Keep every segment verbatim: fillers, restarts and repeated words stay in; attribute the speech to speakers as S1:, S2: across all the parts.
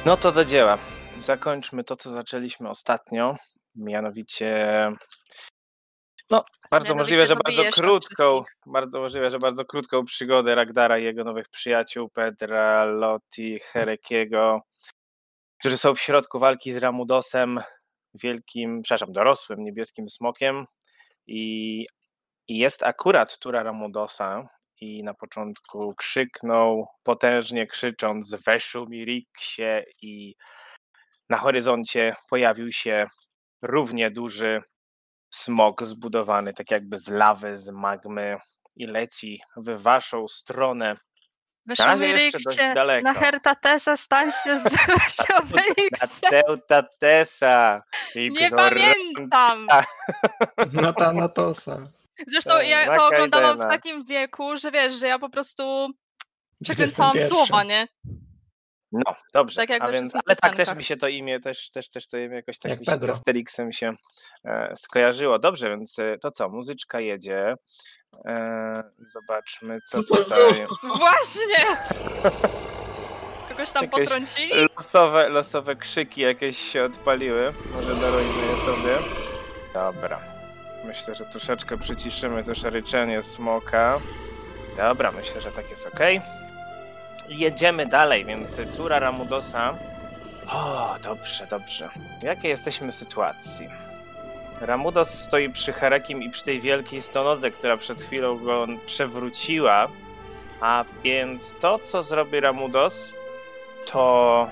S1: No to do dzieła. Zakończmy to, co zaczęliśmy ostatnio. Mianowicie... No, bardzo
S2: Mianowicie
S1: możliwe, że bardzo
S2: pobijesz nas
S1: krótką,
S2: wszystkich.
S1: bardzo możliwe, że bardzo krótką przygodę Ragdara i jego nowych przyjaciół, Pedra, Loti, Herekiego, którzy są w środku walki z Ramudosem, wielkim, przepraszam, dorosłym niebieskim smokiem. I, i jest akurat tura Ramudosa i na początku krzyknął, potężnie krzycząc: "Weszu mi Riksie", i na horyzoncie pojawił się równie duży smok zbudowany tak jakby z lawy, z magmy i leci w waszą stronę. Na razie jeszcze dość
S2: Weszumirikcie,
S1: daleko.
S2: na Hertatesa stań się z
S1: Na
S2: Obeliksem.
S1: Teutatesa.
S2: Nie pamiętam.
S3: Na Thanatosa.
S2: Zresztą ja
S1: Na
S2: to oglądałam w
S1: Kaidena.
S2: takim wieku, że wiesz, że ja po prostu
S3: Jestem
S2: przekręcałam
S3: pierwszy.
S2: słowa, nie?
S1: No, dobrze.
S2: Tak jakby
S1: A więc,
S2: wszystkich
S1: ale tak też
S2: piosenkach.
S1: mi się to imię, też, też, też to imię jakoś tak
S3: Jak
S1: mi się z
S3: Pedro.
S1: Asterixem się e, skojarzyło. Dobrze, więc e, to co, muzyczka jedzie. E, zobaczmy, co
S3: Co to
S1: tutaj...
S2: Właśnie! Kogoś tam
S1: Jakieś
S2: potrącili?
S1: Losowe, losowe krzyki jakieś się odpaliły. Może darujmy je sobie. Dobra. Myślę, że troszeczkę przyciszymy też ryczenie smoka. Dobra, myślę, że tak jest ok. Jedziemy dalej, więc tura Ramudosa. O, dobrze, dobrze. W jakiej jesteśmy sytuacji? Ramudos stoi przy Herekim i przy tej wielkiej stonodze, która przed chwilą go przewróciła. A więc to, co zrobi Ramudos, to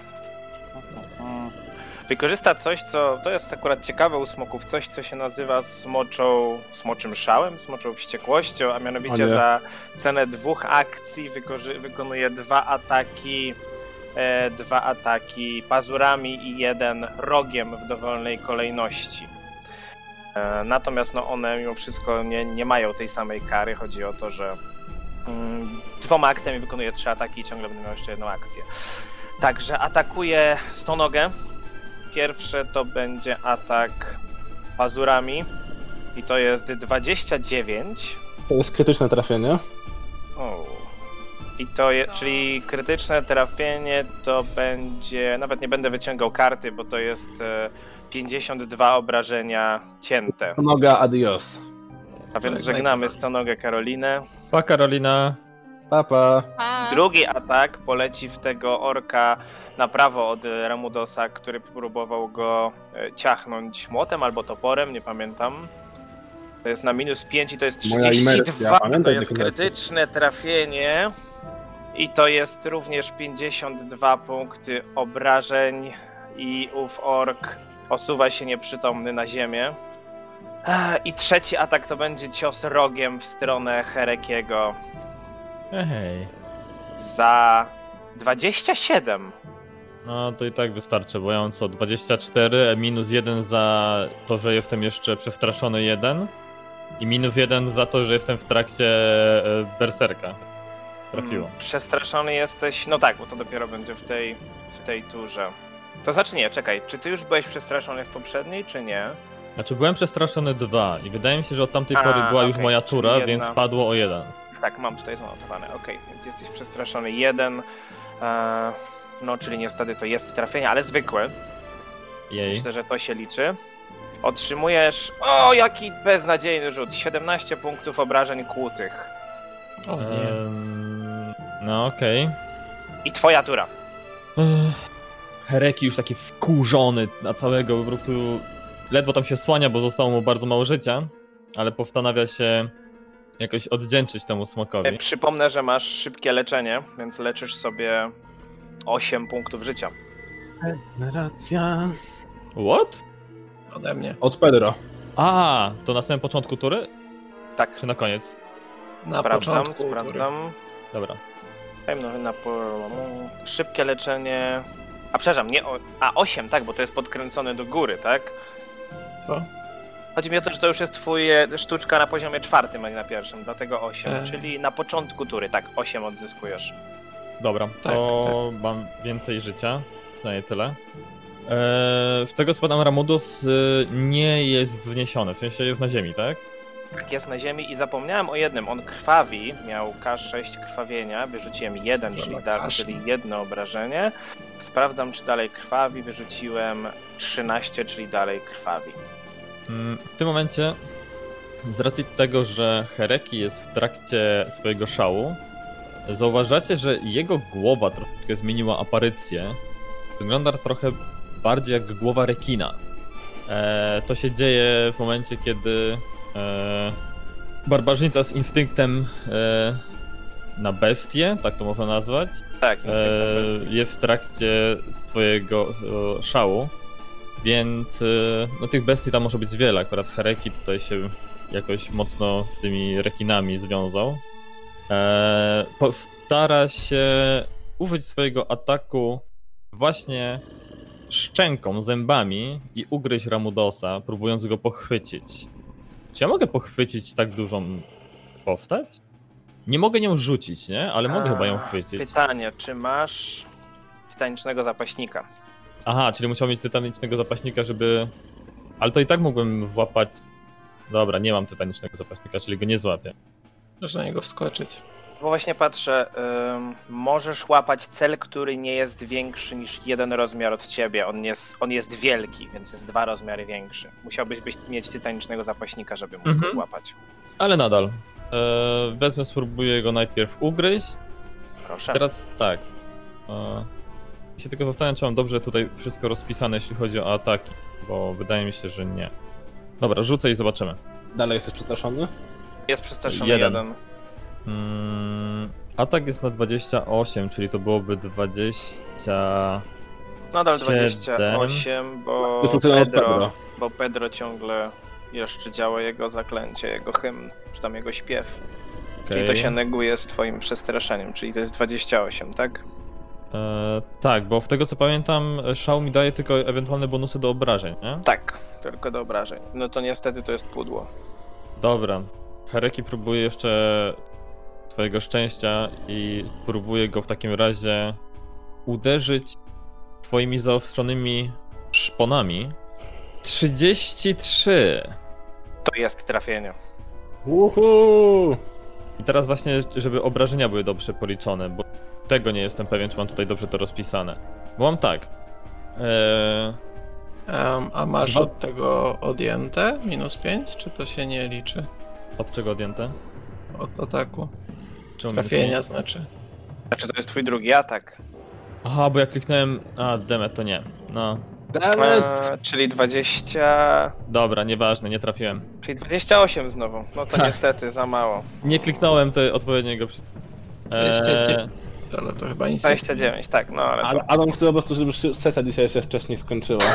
S1: wykorzysta coś, co to jest akurat ciekawe u smoków, coś, co się nazywa smoczą, smoczym szałem, smoczą wściekłością, a mianowicie za cenę dwóch akcji wykorzy- wykonuje dwa ataki, e, dwa ataki pazurami i jeden rogiem w dowolnej kolejności. E, natomiast no, one mimo wszystko nie, nie mają tej samej kary. Chodzi o to, że mm, dwoma akcjami wykonuje trzy ataki i ciągle będę miał jeszcze jedną akcję. Także atakuje stonogę. Pierwszy to będzie atak pazurami i to jest dwadzieścia dziewięć.
S4: To jest krytyczne trafienie.
S1: O. I to je, czyli krytyczne trafienie to będzie, nawet nie będę wyciągał karty, bo to jest e, pięćdziesiąt dwa obrażenia cięte.
S4: Noga adios.
S1: A więc żegnamy stonogę Karolinę.
S5: Pa, Karolina.
S4: Papa.
S2: A,
S1: Drugi atak poleci w tego orka na prawo od Ramudosa, który próbował go e, ciachnąć młotem albo toporem, nie pamiętam. To jest na minus pięć i to jest
S4: Moja
S1: trzydzieści
S4: imersja,
S1: dwa. To
S4: pamiętaj
S1: jest
S4: te kwestie.
S1: krytyczne trafienie. I to jest również pięćdziesiąt dwa punkty obrażeń i ów ork osuwa się nieprzytomny na ziemię. Ech, I trzeci atak to będzie cios rogiem w stronę Herekiego
S5: Hej.
S1: za dwadzieścia siedem.
S5: No to i tak wystarczy, bo ja mam co, dwadzieścia cztery, minus jeden za to, że jestem jeszcze przestraszony jeden i minus jeden za to, że jestem w trakcie e, berserka. Trafiło.
S1: Mm, Przestraszony jesteś, no tak, bo to dopiero będzie w tej, w tej turze. To znaczy nie, czekaj, czy ty już byłeś przestraszony w poprzedniej, czy nie?
S5: Znaczy byłem przestraszony dwa i wydaje mi się, że od tamtej
S1: A,
S5: pory była już
S1: okej,
S5: moja
S1: czyli
S5: tura,
S1: jedna.
S5: więc spadło o jeden.
S1: Tak, mam tutaj zanotowane, okej, więc jesteś przestraszony jeden, e, no czyli niestety to jest trafienie, ale zwykłe.
S5: Jej.
S1: Myślę, że to się liczy. Otrzymujesz, o jaki beznadziejny rzut, siedemnaście punktów obrażeń kłutych.
S3: O nie.
S5: Ehm, no okej.
S1: I twoja tura.
S5: Ech, Hereki już taki wkurzony na całego, po prostu ledwo tam się słania, bo zostało mu bardzo mało życia, ale postanawia się jakoś oddzięczyć temu
S1: E,
S5: smokowi.
S1: Przypomnę, że masz szybkie leczenie, więc leczysz sobie osiem punktów życia.
S4: Generacja.
S5: What?
S3: Ode mnie.
S4: Od Pedro.
S5: A, to na samym początku tury?
S1: Tak,
S5: Czy na koniec?
S3: Na
S1: sprawdzam,
S3: początku.
S1: sprawdzam.
S5: Dobra.
S1: No, na po... Szybkie leczenie. A przepraszam, nie o... A osiem, tak, bo to jest podkręcone do góry, tak?
S3: Co?
S1: Chodzi mi o to, że to już jest twój e, sztuczka na poziomie czwartym, a nie na pierwszym, dlatego osiem.
S3: E.
S1: Czyli na początku tury, tak, osiem odzyskujesz.
S5: Dobra,
S3: Tak,
S5: to mam więcej życia, przynajmniej tyle. Eee, z tego co padam, Ramudus y, nie jest wzniesiony, w sensie jest na ziemi, tak?
S1: Tak, jest na ziemi i zapomniałem o jednym. On krwawi, miał K sześć krwawienia, wyrzuciłem jeden, czyli, da, czyli jedno obrażenie. Sprawdzam, czy dalej krwawi, wyrzuciłem trzynaście, czyli dalej krwawi.
S5: W tym momencie, z racji tego, że Hereki jest w trakcie swojego szału, zauważacie, że jego głowa troszkę zmieniła aparycję. Wygląda trochę bardziej jak głowa rekina. E, to się dzieje w momencie, kiedy e, barbarzyńca z instynktem e, na bestię, tak to można nazwać,
S1: Tak,
S5: e,
S1: instynktem
S5: jest w trakcie swojego e, szału, więc e, no, tych bestii tam może być wiele. Akurat Hereki tutaj się jakoś mocno z tymi rekinami związał. E, postara się użyć swojego ataku właśnie szczęką, zębami i ugryźć Ramudosa, próbując go pochwycić. Czy ja mogę pochwycić tak dużą postać? Nie mogę nią rzucić, nie? Ale mogę
S1: A,
S5: chyba ją chwycić.
S1: Pytanie, czy masz tytanicznego zapaśnika?
S5: Aha, czyli musiał mieć tytanicznego zapaśnika, żeby... Ale to i tak mógłbym włapać... Dobra, nie mam tytanicznego zapaśnika, czyli go nie złapię.
S3: Można na niego wskoczyć.
S1: Bo właśnie patrzę, ym, możesz łapać cel, który nie jest większy niż jeden rozmiar od ciebie. On jest, on jest wielki, więc jest dwa rozmiary większy. Musiałbyś być, mieć tytanicznego zapaśnika, żeby móc
S3: Mhm.
S1: go łapać.
S5: Ale nadal. Eee, wezmę, spróbuję go najpierw ugryźć.
S1: Proszę.
S5: Teraz tak. Eee, się tylko zastanawiam, czy mam dobrze tutaj wszystko rozpisane, jeśli chodzi o ataki, bo wydaje mi się, że nie. Dobra, rzucę i zobaczymy.
S4: Dalej jesteś przestraszony?
S1: Jest przestraszony
S5: Jeden.
S1: jeden.
S5: Mm, atak jest na dwadzieścia osiem, czyli to byłoby dwadzieścia...
S1: Nadal
S5: Siedem.
S1: dwadzieścia osiem, bo
S4: Wyrzucony od
S1: Pedro,
S4: Pedro.
S1: bo Pedro ciągle jeszcze działa jego zaklęcie, jego hymn, czy tam jego śpiew. Czyli to
S5: Okej.
S1: się neguje z twoim przestraszeniem, czyli to jest dwadzieścia osiem, tak?
S5: Eee, tak, bo w tego co pamiętam, szał mi daje tylko ewentualne bonusy do obrażeń, nie?
S1: Tak, tylko do obrażeń. No to niestety to jest pudło.
S5: Dobra. Hereki próbuje jeszcze swojego szczęścia i próbuje go w takim razie uderzyć swoimi zaostrzonymi szponami. trzydzieści trzy!
S1: To jest trafienie.
S4: Uhu!
S5: I teraz właśnie, żeby obrażenia były dobrze policzone, bo tego nie jestem pewien, czy mam tutaj dobrze to rozpisane. Bo mam tak. Eee,
S3: Um, a masz
S5: Dwa-
S3: od tego odjęte? minus pięć? Czy to się nie liczy?
S5: od czego odjęte?
S3: Od ataku.
S5: Czemu
S3: Trafienia
S5: minus
S3: znaczy.
S1: Znaczy to jest twój drugi atak.
S5: pięć? Aha, bo ja kliknąłem... A, demet to nie. No.
S4: Dammit!
S1: Eee, czyli dwadzieścia...
S5: Dobra, nieważne, nie trafiłem.
S1: Czyli dwadzieścia osiem znowu. No to
S5: Tak.
S1: niestety za mało.
S5: Nie kliknąłem te odpowiedniego przy...
S3: dwadzieścia dziewięć.
S5: Eee,
S3: Ale to chyba nic
S1: dwadzieścia dziewięć, tak, no ale to...
S4: Ale Adam chce po prostu, żeby szy- sesja dzisiaj się wcześniej skończyła.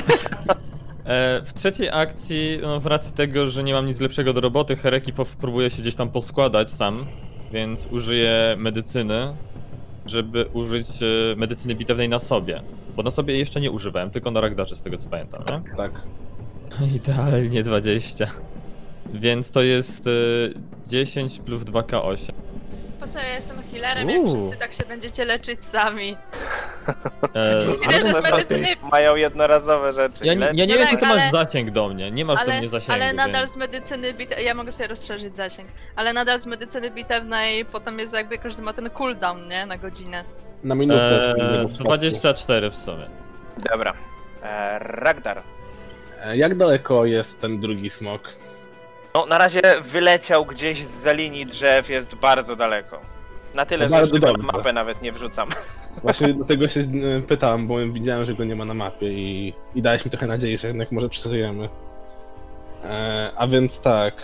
S5: e, w trzeciej akcji, no w racji tego, że nie mam nic lepszego do roboty, Hereki pow- próbuje się gdzieś tam poskładać sam, więc użyję medycyny, żeby użyć e, medycyny bitewnej na sobie. Bo na sobie jeszcze nie używałem, tylko na Ragdarze, z tego co pamiętam, nie?
S4: Tak.
S5: Idealnie dwadzieścia. Więc to jest e, dziesięć plus dwa K osiem.
S2: Po co ja jestem healerem, jak
S5: Uuu.
S2: wszyscy tak się będziecie leczyć sami?
S5: E,
S2: Widać, że z
S1: Ale
S2: medycyny...
S1: Mają jednorazowe rzeczy.
S5: ja, nie- ja nie
S2: No
S5: wiem,
S2: tak,
S5: czy ty
S2: ale-
S5: masz zasięg do mnie. Nie masz do
S2: Ale,
S5: mnie zasięgu.
S2: ale nadal
S5: więc...
S2: z medycyny bite... Ja mogę sobie rozszerzyć zasięg. Ale nadal z medycyny bitewnej potem jest jakby każdy ma ten cooldown, nie? Na godzinę.
S4: Na minutę. w
S5: Eee,
S4: innym przypadku.
S5: dwadzieścia cztery w sumie.
S1: Dobra. Eee, Ragdar.
S4: E, Jak daleko jest ten drugi smok?
S1: No na razie wyleciał gdzieś z za linii drzew, jest bardzo daleko. Na tyle,
S4: To
S1: że
S4: bardzo
S1: już tego na
S4: dobrze.
S1: mapę nawet nie wrzucam.
S4: Właśnie do tego się e, pytam, bo widziałem, że go nie ma na mapie i, i dałeś mi trochę nadziei, że jednak może przeżyjemy. E, a więc tak.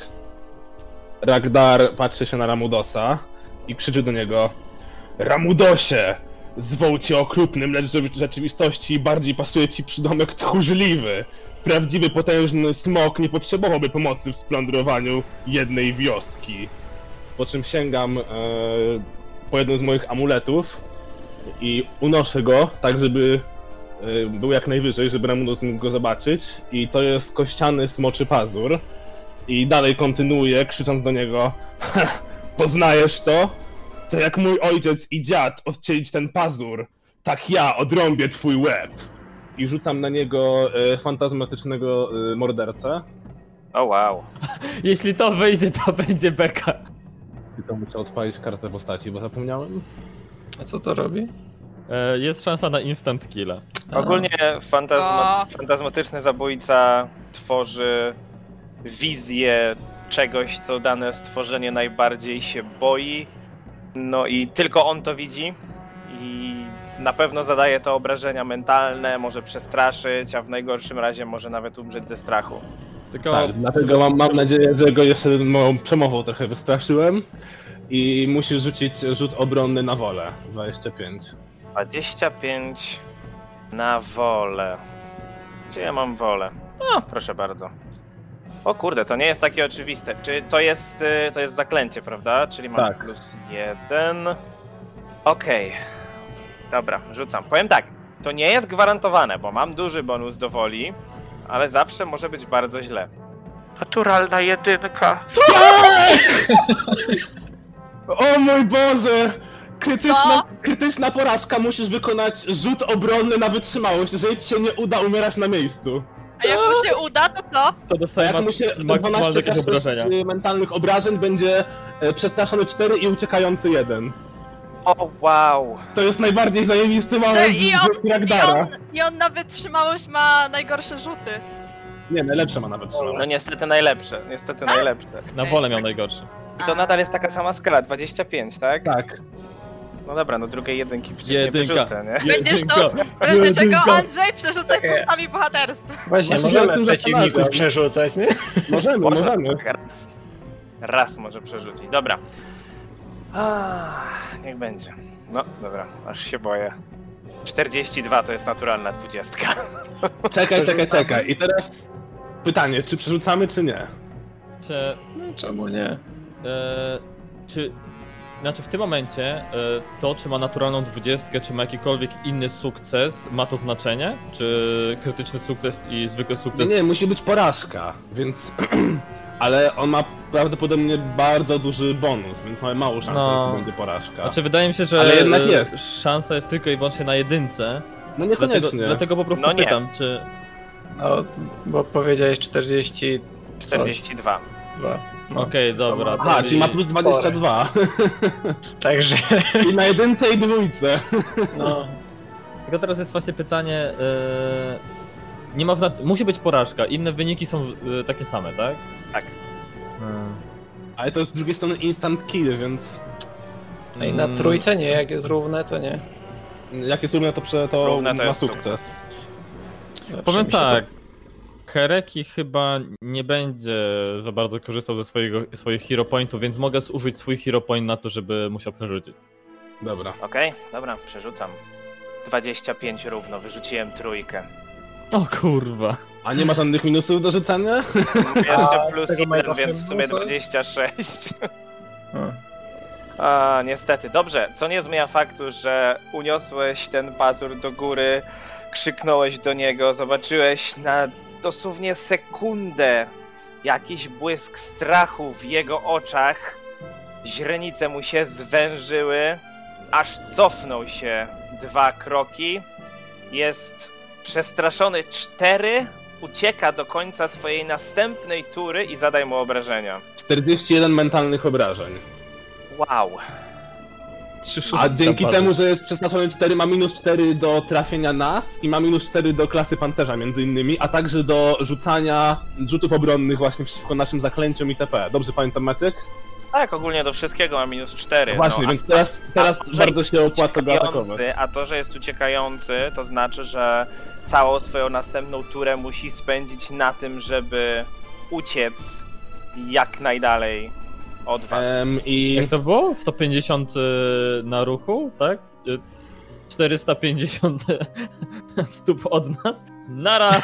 S4: Ragdar patrzy się na Ramudosa i krzyczy do niego: Ramudosie! Zwoł cię okrutnym, lecz w rzeczywistości bardziej pasuje ci przydomek tchórzliwy. Prawdziwy, potężny smok nie potrzebowałby pomocy w splądrowaniu jednej wioski. Po czym sięgam e, po jeden z moich amuletów i unoszę go, tak żeby e, był jak najwyżej, żeby Ramudos mógł go zobaczyć. I to jest kościany smoczy pazur. I dalej kontynuuję, krzycząc do niego: poznajesz to? To jak mój ojciec i dziad odcięlić ten pazur, tak ja odrąbię twój łeb. I rzucam na niego e, fantazmatycznego e, mordercę.
S1: O wow.
S5: Jeśli to wyjdzie, to będzie beka.
S4: Tylko muszę odpalić kartę postaci, bo zapomniałem.
S3: A co to robi?
S5: E, jest szansa na instant killa.
S1: Ogólnie fantazma,
S2: O.
S1: fantazmatyczny zabójca tworzy wizję czegoś, co dane stworzenie najbardziej się boi. No i tylko on to widzi i na pewno zadaje to obrażenia mentalne, może przestraszyć, a w najgorszym razie może nawet umrzeć ze strachu.
S5: Tylko
S4: Tak, dlatego mam, mam nadzieję, że go jeszcze moją przemową trochę wystraszyłem. I musisz rzucić rzut obronny na wolę. dwadzieścia pięć.
S1: dwadzieścia pięć na wolę. Gdzie ja mam wolę? O, proszę bardzo. O kurde, to nie jest takie oczywiste. Czy to jest, y, to jest zaklęcie, prawda? Czyli mam
S4: Tak.
S1: plus jeden. Okej. Dobra, rzucam. Powiem tak, to nie jest gwarantowane, bo mam duży bonus do woli, ale zawsze może być bardzo źle. Naturalna jedynka. Co?
S4: O mój Boże! Krytyczna,
S2: Co?
S4: krytyczna porażka, musisz wykonać rzut obronny na wytrzymałość. Jeżeli ci się nie uda, umierasz na miejscu.
S2: A jak mu się uda, to co?
S5: to
S4: A
S5: dostaje
S4: jak
S5: ma
S4: mu się to
S5: maksymalne
S4: dwanaście
S5: jakieś obrażenia.
S4: K sześć mentalnych obrażeń, będzie e, przestraszony cztery i uciekający jeden.
S1: O wow.
S4: To jest najbardziej zajebisty moment
S2: Że i on,
S4: z
S2: i,
S4: Ragdara.
S2: on, I on na wytrzymałość ma najgorsze rzuty.
S4: Nie, najlepsze ma nawet
S1: No
S4: trzymałość.
S1: niestety najlepsze, niestety najlepsze.
S5: Na wolę miał najgorszy.
S1: I to nadal jest taka sama skala, dwadzieścia pięć, tak?
S4: Tak.
S1: No dobra, no drugiej jedynki przecież
S5: Jedynka.
S1: nie wyrzucę, nie?
S2: Będziesz to, wreszcie czego, Andrzej, przerzucaj punktami bohaterstwa.
S3: Właśnie,
S4: Właśnie się o
S3: możemy
S4: tym
S3: przeciwników
S4: zastanawiam.
S3: przerzucać, nie?
S4: Możemy,
S1: Można
S4: możemy.
S1: tak raz. Raz może przerzucić, dobra. Ah, niech będzie. No, dobra, aż się boję. czterdzieści dwa to jest naturalna dwudziestka.
S4: Czekaj, czekaj, czekaj. I teraz pytanie, czy przerzucamy, czy nie?
S5: Czy,
S3: No, czemu nie?
S5: e, czy znaczy w tym momencie e, to, czy ma naturalną dwudziestkę, czy ma jakikolwiek inny sukces, ma to znaczenie? Czy krytyczny sukces i zwykły
S4: Nie,
S5: sukces?
S4: nie, musi być porażka, więc... Ale on ma prawdopodobnie bardzo duży bonus, więc mamy małą szansę,
S5: No.
S4: że to będzie porażka.
S5: Znaczy wydaje mi się, że
S4: Ale jednak
S5: e,
S4: jest.
S5: szansa jest tylko i wyłącznie na jedynce.
S4: No
S5: Dlatego,
S4: niekoniecznie.
S5: dlatego po prostu
S1: No nie.
S5: pytam, czy...
S3: No, bo powiedziałeś czterdzieści
S1: czterdzieści dwa.
S3: dwa. No.
S5: Okej, dobra.
S4: Aha,
S5: czyli-
S4: czyli ma plus dwadzieścia dwa.
S3: Także,
S4: I na jedynce i dwójce.
S3: no.
S5: Tylko teraz jest właśnie pytanie... E, nie ma zna... Musi być porażka, inne wyniki są e, takie same, tak?
S1: Tak.
S5: Hmm.
S4: Ale to jest z drugiej strony instant kill, więc...
S3: No i na
S5: Mm,
S3: trójce nie, jak jest równe, to nie.
S4: Jak jest równe, to, prze, to,
S1: Równe to
S4: ma
S1: jest
S4: sukces.
S3: Zawsze
S5: Powiem
S3: mi się
S5: tak, Hereki chyba nie będzie za bardzo korzystał ze swojego, swoich hero pointów, więc mogę zużyć swój hero point na to, żeby musiał przerzucić.
S4: Dobra.
S1: Okej, dobra, przerzucam. dwadzieścia pięć równo, wyrzuciłem trójkę.
S5: O kurwa.
S4: A nie ma żadnych minusów do rzucania?
S1: Jeszcze
S3: A,
S1: plus
S3: z tego
S1: jeden,
S3: mojego
S1: więc w sumie
S3: filmu to-
S1: dwadzieścia sześć.
S3: A.
S1: A, niestety. Dobrze, co nie zmienia faktu, że uniosłeś ten pazur do góry, krzyknąłeś do niego, zobaczyłeś na dosłownie sekundę jakiś błysk strachu w jego oczach. Źrenice mu się zwężyły, aż cofnął się dwa kroki. Jest przestraszony cztery, ucieka do końca swojej następnej tury i zadaj mu obrażenia.
S4: czterdzieści jeden mentalnych obrażeń.
S1: Wow.
S5: Trzy
S4: A
S5: szóstki
S4: dzięki
S5: zapadły.
S4: temu, że jest przeznaczony cztery, ma minus cztery do trafienia nas i ma minus cztery do klasy pancerza między innymi, a także do rzucania rzutów obronnych właśnie przeciwko naszym zaklęciom itp. Dobrze pamiętam, Maciek?
S1: Tak, ogólnie do wszystkiego ma minus cztery.
S4: Właśnie,
S1: no,
S4: więc teraz, teraz
S1: a to, że
S4: bardzo
S1: jest
S4: się opłaca go
S1: uciekający,
S4: atakować.
S1: A to, że jest uciekający, to znaczy, że całą swoją następną turę musi spędzić na tym, żeby uciec jak najdalej od was.
S4: Em, I
S5: Jak to było? sto pięćdziesiąt y, na ruchu, tak? Y, czterysta pięćdziesiąt stóp od nas. Nara!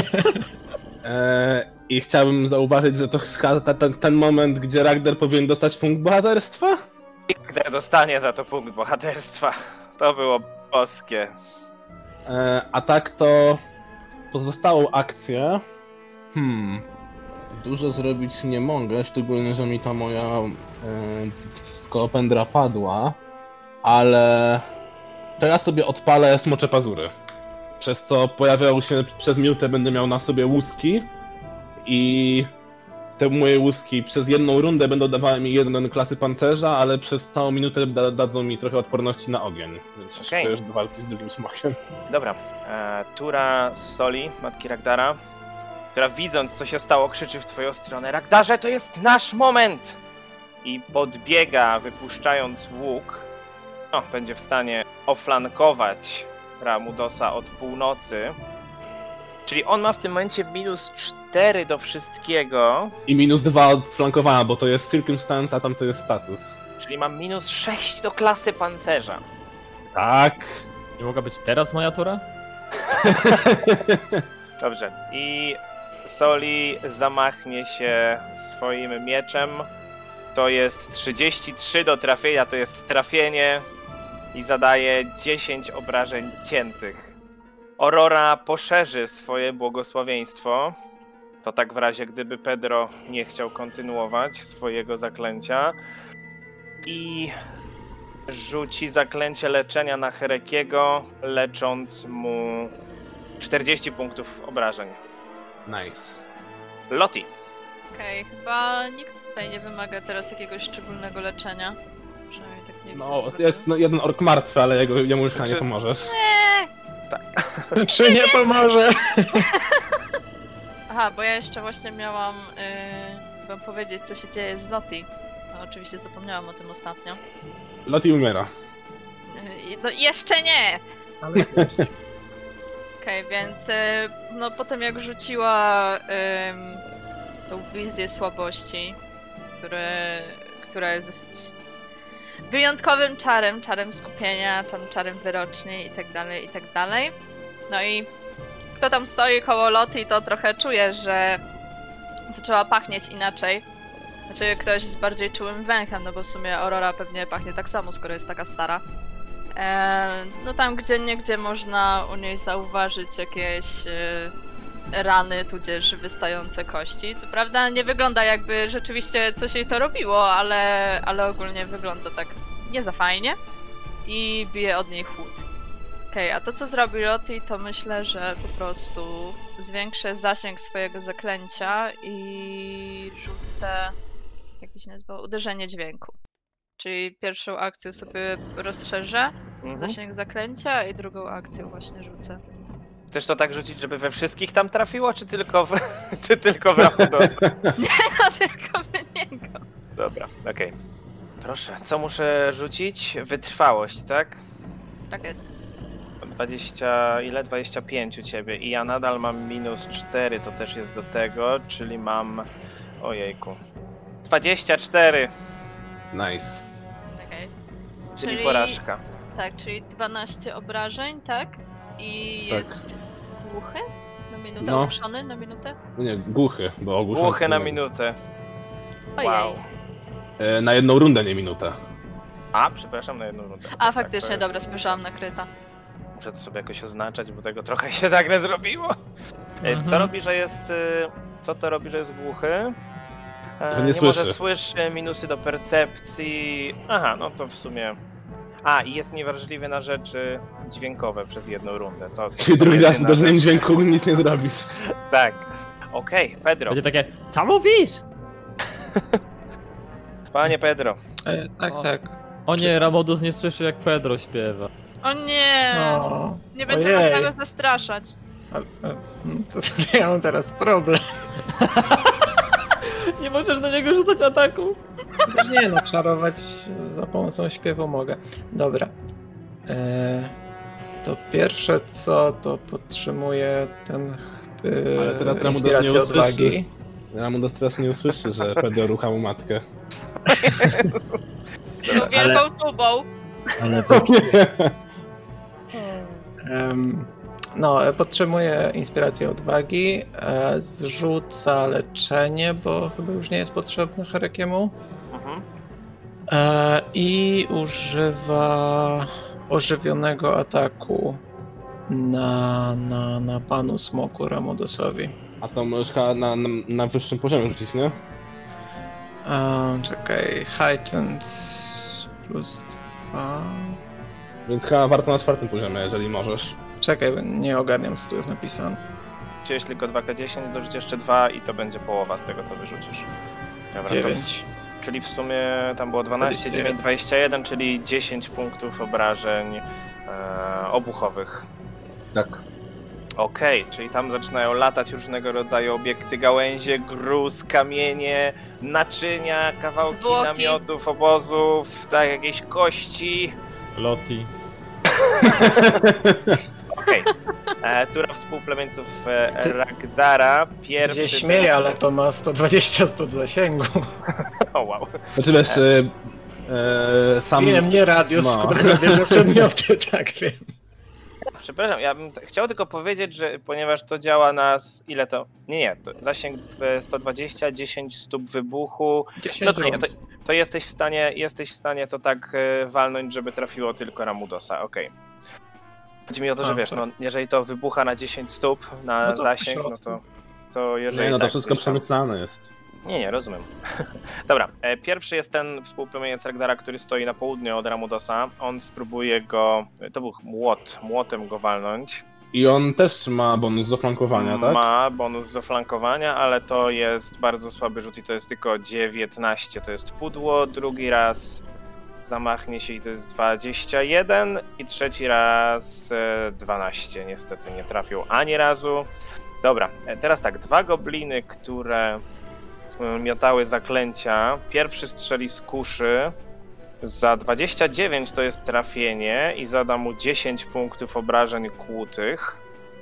S4: E, I chciałbym zauważyć, że to chyba ta- ten, ten moment, gdzie Ragnar powinien dostać punkt bohaterstwa?
S1: Gdy dostanie za to punkt bohaterstwa. To było boskie.
S4: E, a tak to pozostałą akcję. Hmm. Dużo zrobić nie mogę, szczególnie, że mi ta moja e, skolopendra padła, ale teraz sobie odpalę smocze pazury. Przez co pojawiał się przez minutę, będę miał na sobie łuski i te moje łuski przez jedną rundę będą dawały mi jeden klasy pancerza, ale przez całą minutę da, dadzą mi trochę odporności na ogień, więc się
S1: Okej.
S4: szykuję już do walki z drugim smokiem.
S1: Dobra, e, tura Soli, matki Ragdara, która widząc co się stało krzyczy w twoją stronę: Ragdarze, to jest nasz moment! I podbiega, wypuszczając łuk. No, będzie w stanie oflankować Ramudosa od północy. Czyli on ma w tym momencie minus cztery do wszystkiego.
S4: I minus dwa od flankowania, bo to jest circumstance, a tam to jest status.
S1: Czyli mam minus sześć do klasy pancerza.
S4: Tak.
S5: Nie mogła być teraz moja tura?
S1: Dobrze. I Soli zamachnie się swoim mieczem. To jest trzydzieści trzy do trafienia, to jest trafienie. I zadaje dziesięć obrażeń ciętych. Aurora poszerzy swoje błogosławieństwo. To tak w razie, gdyby Pedro nie chciał kontynuować swojego zaklęcia. I rzuci zaklęcie leczenia na Herekiego, lecząc mu czterdzieści punktów obrażeń.
S4: Nice.
S1: Loti.
S2: Okej, chyba nikt tutaj nie wymaga teraz jakiegoś szczególnego leczenia. Przynajmniej tak nie widzę.
S4: No,
S2: za bardzo.
S4: jest no, jeden ork martwy, ale jego, jemu już chyba nie
S1: Znaczy-
S4: pomożesz.
S3: Czy nie pomoże?
S2: Aha, bo ja jeszcze właśnie miałam yy, wam powiedzieć, co się dzieje z Loti. No, oczywiście zapomniałam o tym ostatnio.
S4: Loti umiera.
S2: Yy, no jeszcze nie!
S3: Ale
S2: Okej, więc yy, no potem jak rzuciła ym, tą wizję słabości, które, która jest dosyć wyjątkowym czarem, czarem skupienia, tam czarem wyroczni i tak dalej, i tak dalej. No i kto tam stoi koło Loti, to trochę czuje, że zaczęła pachnieć inaczej. Znaczy ktoś z bardziej czułym węchem, no bo w sumie Aurora pewnie pachnie tak samo, skoro jest taka stara. Eee, no tam gdzie niegdzie można u niej zauważyć jakieś e, rany, tudzież wystające kości. Co prawda nie wygląda jakby rzeczywiście coś jej to robiło, ale, ale ogólnie wygląda tak nie za fajnie i bije od niej chłód. Okej, a to co zrobi Loti, to myślę, że po prostu zwiększę zasięg swojego zaklęcia i rzucę, jak to się nazywa, uderzenie dźwięku. Czyli pierwszą akcją sobie rozszerzę
S1: Mhm.
S2: zasięg zaklęcia i drugą akcją właśnie rzucę.
S1: Chcesz to tak rzucić, żeby we wszystkich tam trafiło, czy tylko w, czy tylko w Ramudosa?
S2: Nie, tylko w niego.
S1: Dobra, okej. Proszę, co muszę rzucić? Wytrwałość, tak?
S2: Tak jest.
S1: dwadzieścia, ile? dwadzieścia pięć u ciebie i ja nadal mam minus cztery, to też jest do tego, czyli mam... Ojejku. dwadzieścia cztery,
S4: Nice.
S2: Okej.
S1: czyli porażka.
S2: Tak, czyli dwanaście obrażeń, tak? I
S4: Tak.
S2: jest głuchy na minutę,
S4: No.
S2: ogłuszony na minutę?
S4: Nie, głuchy, bo ogłuszony.
S1: Głuchy na minutę.
S2: Ojej.
S1: Wow.
S4: E, na jedną rundę, nie minutę.
S1: A, przepraszam, na jedną rundę.
S2: A
S1: Tak,
S2: faktycznie,
S1: to jest
S2: dobra,
S1: różnica.
S2: spojrzałam na kryta.
S1: Muszę to sobie jakoś oznaczać, bo tego trochę się tak nie zrobiło. E, Co
S3: Mhm.
S1: robi, że jest... y, Co to robi, że jest głuchy? E,
S4: Że nie
S1: nie
S4: słyszy.
S1: może słyszy, minusy do percepcji... Aha, no to w sumie... A, i jest niewrażliwy na rzeczy dźwiękowe przez jedną rundę. To, to
S4: Czyli drugi raz
S1: jedyna
S4: z uderzeniem
S1: rzecz.
S4: dźwięku nic nie zrobisz.
S1: Tak. Okej, Pedro.
S5: Będzie takie, co mówisz?
S1: Panie Pedro.
S3: E, tak,
S5: O.
S3: tak.
S5: O nie, Ramodus nie słyszy jak Pedro śpiewa.
S2: O nie!
S3: No,
S2: Nie będzie
S3: ojej.
S2: można go zastraszać.
S3: Ale, e, mm, to, to ja mam teraz problem.
S5: Nie możesz na niego rzucać ataku.
S3: Nie no, czarować za pomocą śpiewu mogę. Dobra. E, to pierwsze co, to podtrzymuję ten e,
S4: Ale teraz Ramudos nie
S3: inspirację
S4: usłyszy.
S3: odwagi.
S4: Ramudos teraz nie usłyszy, że Pedro rucha mu matkę.
S2: Tą wielką tubą.
S3: Ale Em, no, e, podtrzymuję inspirację odwagi, e, zrzuca leczenie, bo chyba już nie jest potrzebne Herekiemu.
S1: Mhm.
S3: E, I używa ożywionego ataku na, na, na panu smoku Ramudosowi.
S4: A to możesz chyba na, na, na wyższym poziomie rzucić, nie?
S3: E, czekaj, heightened plus dwa.
S4: Więc chyba warto na czwartym poziomie, jeżeli możesz.
S3: Czekaj, bo nie ogarniam co tu jest napisane.
S1: wyrzuciłeś tylko dwa K dziesięć, dorzuć jeszcze dwa i to będzie połowa z tego, co wyrzucisz. Dobra,
S3: dziewięć.
S1: To, czyli w sumie tam było dwanaście, dziewięć, dwadzieścia jeden, czyli dziesięć punktów obrażeń e, obuchowych.
S4: Tak.
S1: Okej, okay, czyli tam zaczynają latać różnego rodzaju obiekty, gałęzie, gruz, kamienie, naczynia, kawałki
S2: Zwłoki.
S1: namiotów, obozów, tak, jakieś kości.
S5: Loti.
S1: Okej. Okay. Tura współplemieńców e, Ragdara. Pierwszy...
S3: Gdzie śmieję, ale to ma sto dwadzieścia stóp zasięgu.
S1: O wow.
S4: Znaczy wiesz, e, e, sam...
S3: Wiem, nie radius,
S4: no.
S3: z którego bierze przedmioty, tak wiem.
S1: Przepraszam, ja bym t- chciał tylko powiedzieć, że ponieważ to działa na... s- ile to? Nie, nie, to zasięg w sto dwadzieścia, dziesięć stóp wybuchu.
S3: dziesięć
S1: No to nie,
S3: rund.
S1: to, to jesteś w stanie, jesteś w stanie to tak e, walnąć, żeby trafiło tylko Ramudosa, okej. Okay. Chodzi mi o to, że
S3: A,
S1: wiesz,
S3: tak.
S1: no jeżeli to wybucha na dziesięć stóp, na
S3: No to
S1: zasięg,
S3: w
S1: no to... to jeżeli
S4: Nie, no to
S1: tak,
S4: wszystko
S1: to-
S4: przemyślane jest.
S1: Nie, nie, rozumiem. Dobra, e, pierwszy jest ten współplemieniec Ragdara, który stoi na południe od Ramudosa. On spróbuje go, to był młot, młotem go walnąć.
S4: I on też ma bonus do flankowania, tak?
S1: Ma bonus do flankowania, ale to jest bardzo słaby rzut i to jest tylko dziewiętnaście, to jest pudło. Drugi raz zamachnie się i to jest dwadzieścia jeden i trzeci raz e, dwanaście. Niestety nie trafił ani razu. Dobra, e, teraz tak, dwa gobliny, które e, miotały zaklęcia. Pierwszy strzeli z kuszy. Za dwadzieścia dziewięć to jest trafienie i zada mu dziesięć punktów obrażeń kłutych.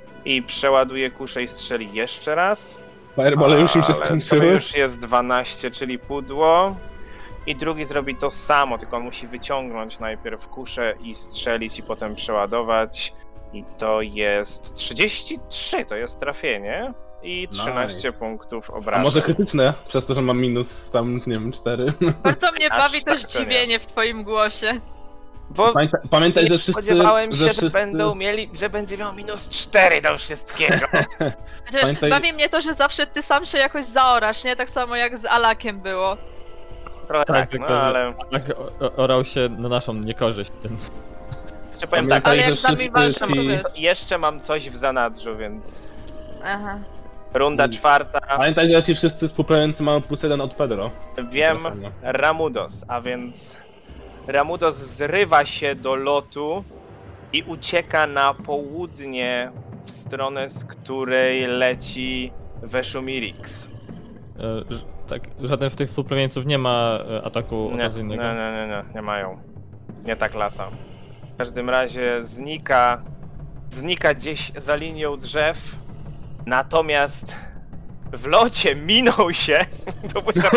S1: I przeładuje kuszę i strzeli jeszcze raz.
S4: Fireball już im się
S1: Ale
S4: skończyły.
S1: To już jest dwanaście, czyli pudło. I drugi zrobi to samo, tylko on musi wyciągnąć najpierw kuszę i strzelić i potem przeładować. I to jest trzydzieści trzy, to jest trafienie. I trzynaście
S4: Nice.
S1: punktów
S4: A
S1: obrażeń.
S4: może krytyczne? Przez to, że mam minus tam, nie wiem, cztery.
S2: Bardzo mnie
S1: Aż
S2: bawi to
S1: tak to nie.
S2: zdziwienie w twoim głosie.
S1: Bo
S4: Pamiętaj, pamiętaj
S1: nie
S4: że wszyscy...
S1: spodziewałem się,
S4: że,
S1: że,
S4: wszyscy...
S1: będą mieli, że będzie miał minus cztery do wszystkiego.
S2: Chociaż
S4: Pamiętaj-
S2: bawi mnie to, że zawsze ty sam się jakoś zaorasz, nie? Tak samo jak z Alakiem było.
S1: Trochę tak,
S5: tylko
S1: no
S5: że
S1: ale...
S5: tak o- orał się na naszą niekorzyść, więc...
S1: Jeszcze powiem tak,
S4: Pamiętaj,
S2: Ale
S4: że
S2: jak z nami
S4: wszyscy
S2: walczą, to
S4: ci...
S2: wiesz.
S1: jeszcze mam coś w zanadrzu, więc...
S2: Aha.
S1: Runda
S4: Mm.
S1: czwarta.
S4: Pamiętaj, że ci wszyscy współpracujący mają plus jeden od Pedro.
S1: Wiem,
S4: Proszę, no.
S1: Ramudos, a więc Ramudos zrywa się do lotu i ucieka na południe w stronę, z której leci Veshumirix.
S5: E, ż- tak, żaden z tych współplemieńców nie ma e, ataku
S1: Nie, nie,
S5: okazyjnego.
S1: nie, nie, nie, nie mają. Nie ta klasa. W każdym razie znika, znika gdzieś za linią drzew, natomiast w locie minął się. To muszę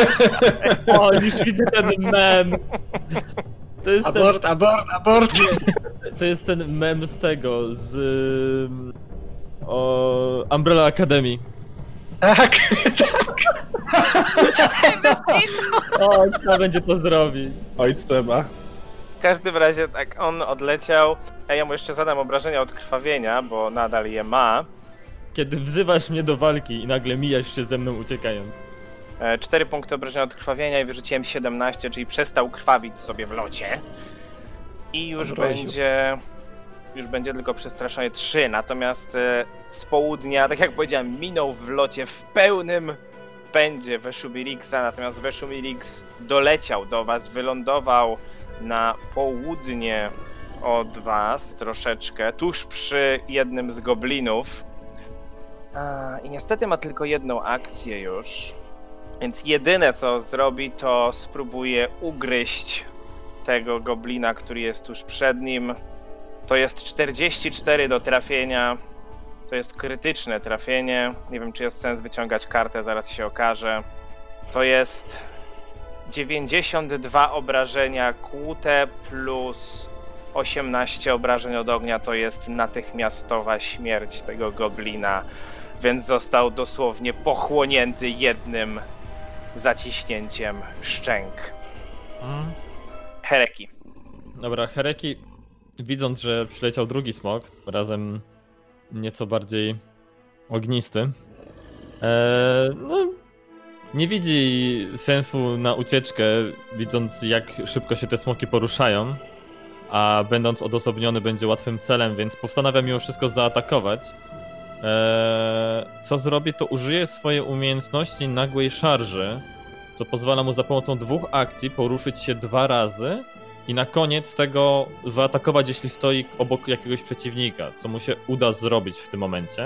S5: O, już widzę ten mem! To jest ten,
S3: Abort, abort, abort!
S5: to jest ten mem z tego, z... ym, o Umbrella Academy.
S3: Tak,
S5: O, trzeba będzie to zrobić.
S1: No
S4: Oj, trzeba.
S1: W każdym razie tak, on odleciał, a ja mu jeszcze zadam obrażenia od krwawienia, bo nadal je ma.
S5: Kiedy wzywasz mnie do walki i nagle mijasz się ze mną uciekając.
S1: E, Cztery punkty obrażenia od krwawienia i wyrzuciłem siedemnaście, czyli przestał krwawić sobie w locie. I już
S3: Obroził.
S1: będzie... Już będzie tylko przestraszenie trzy, natomiast e, z południa, tak jak powiedziałem, minął w locie w pełnym pędzie Veshumirixa, natomiast Veshumirix doleciał do was, wylądował na południe od was troszeczkę, tuż przy jednym z goblinów. A, I niestety ma tylko jedną akcję już, więc jedyne co zrobi, to spróbuje ugryźć tego goblina, który jest tuż przed nim. To jest czterdzieści cztery do trafienia. To jest krytyczne trafienie. Nie wiem, czy jest sens wyciągać kartę, zaraz się okaże. To jest dziewięćdziesiąt dwa obrażenia kłute plus osiemnaście obrażeń od ognia. To jest natychmiastowa śmierć tego goblina, więc został dosłownie pochłonięty jednym zaciśnięciem szczęk. Hereki.
S5: Dobra, Hereki, widząc, że przyleciał drugi smok, razem nieco bardziej ognisty, e, no, nie widzi sensu na ucieczkę, widząc jak szybko się te smoki poruszają, a będąc odosobniony będzie łatwym celem, więc postanawia mimo wszystko zaatakować Eee, co zrobi, to użyje swojej umiejętności nagłej szarży, co pozwala mu za pomocą dwóch akcji poruszyć się dwa razy i na koniec tego zaatakować, jeśli stoi obok jakiegoś przeciwnika, co mu się uda zrobić w tym momencie.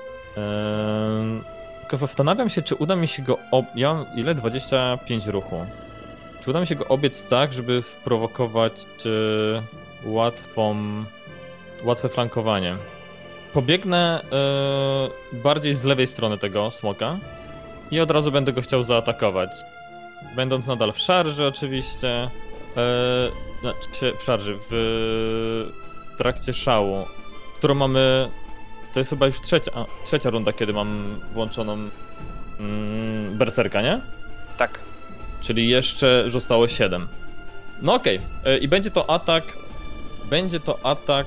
S5: Eee, tylko zastanawiam się, czy uda mi się go... Ob... Ja mam ile? dwadzieścia pięć ruchu. Czy uda mi się go obiec tak, żeby sprowokować e, łatwą... łatwe flankowanie. Pobiegnę yy, bardziej z lewej strony tego smoka i od razu będę go chciał zaatakować. Będąc nadal w szarży oczywiście, yy, znaczy w szarży, w trakcie szału, którą mamy, to jest chyba już trzecia, a, trzecia runda, kiedy mam włączoną mm, berserka, nie?
S1: Tak.
S5: Czyli jeszcze zostało siedem. No okej, okay. Yy, i będzie to atak, będzie to atak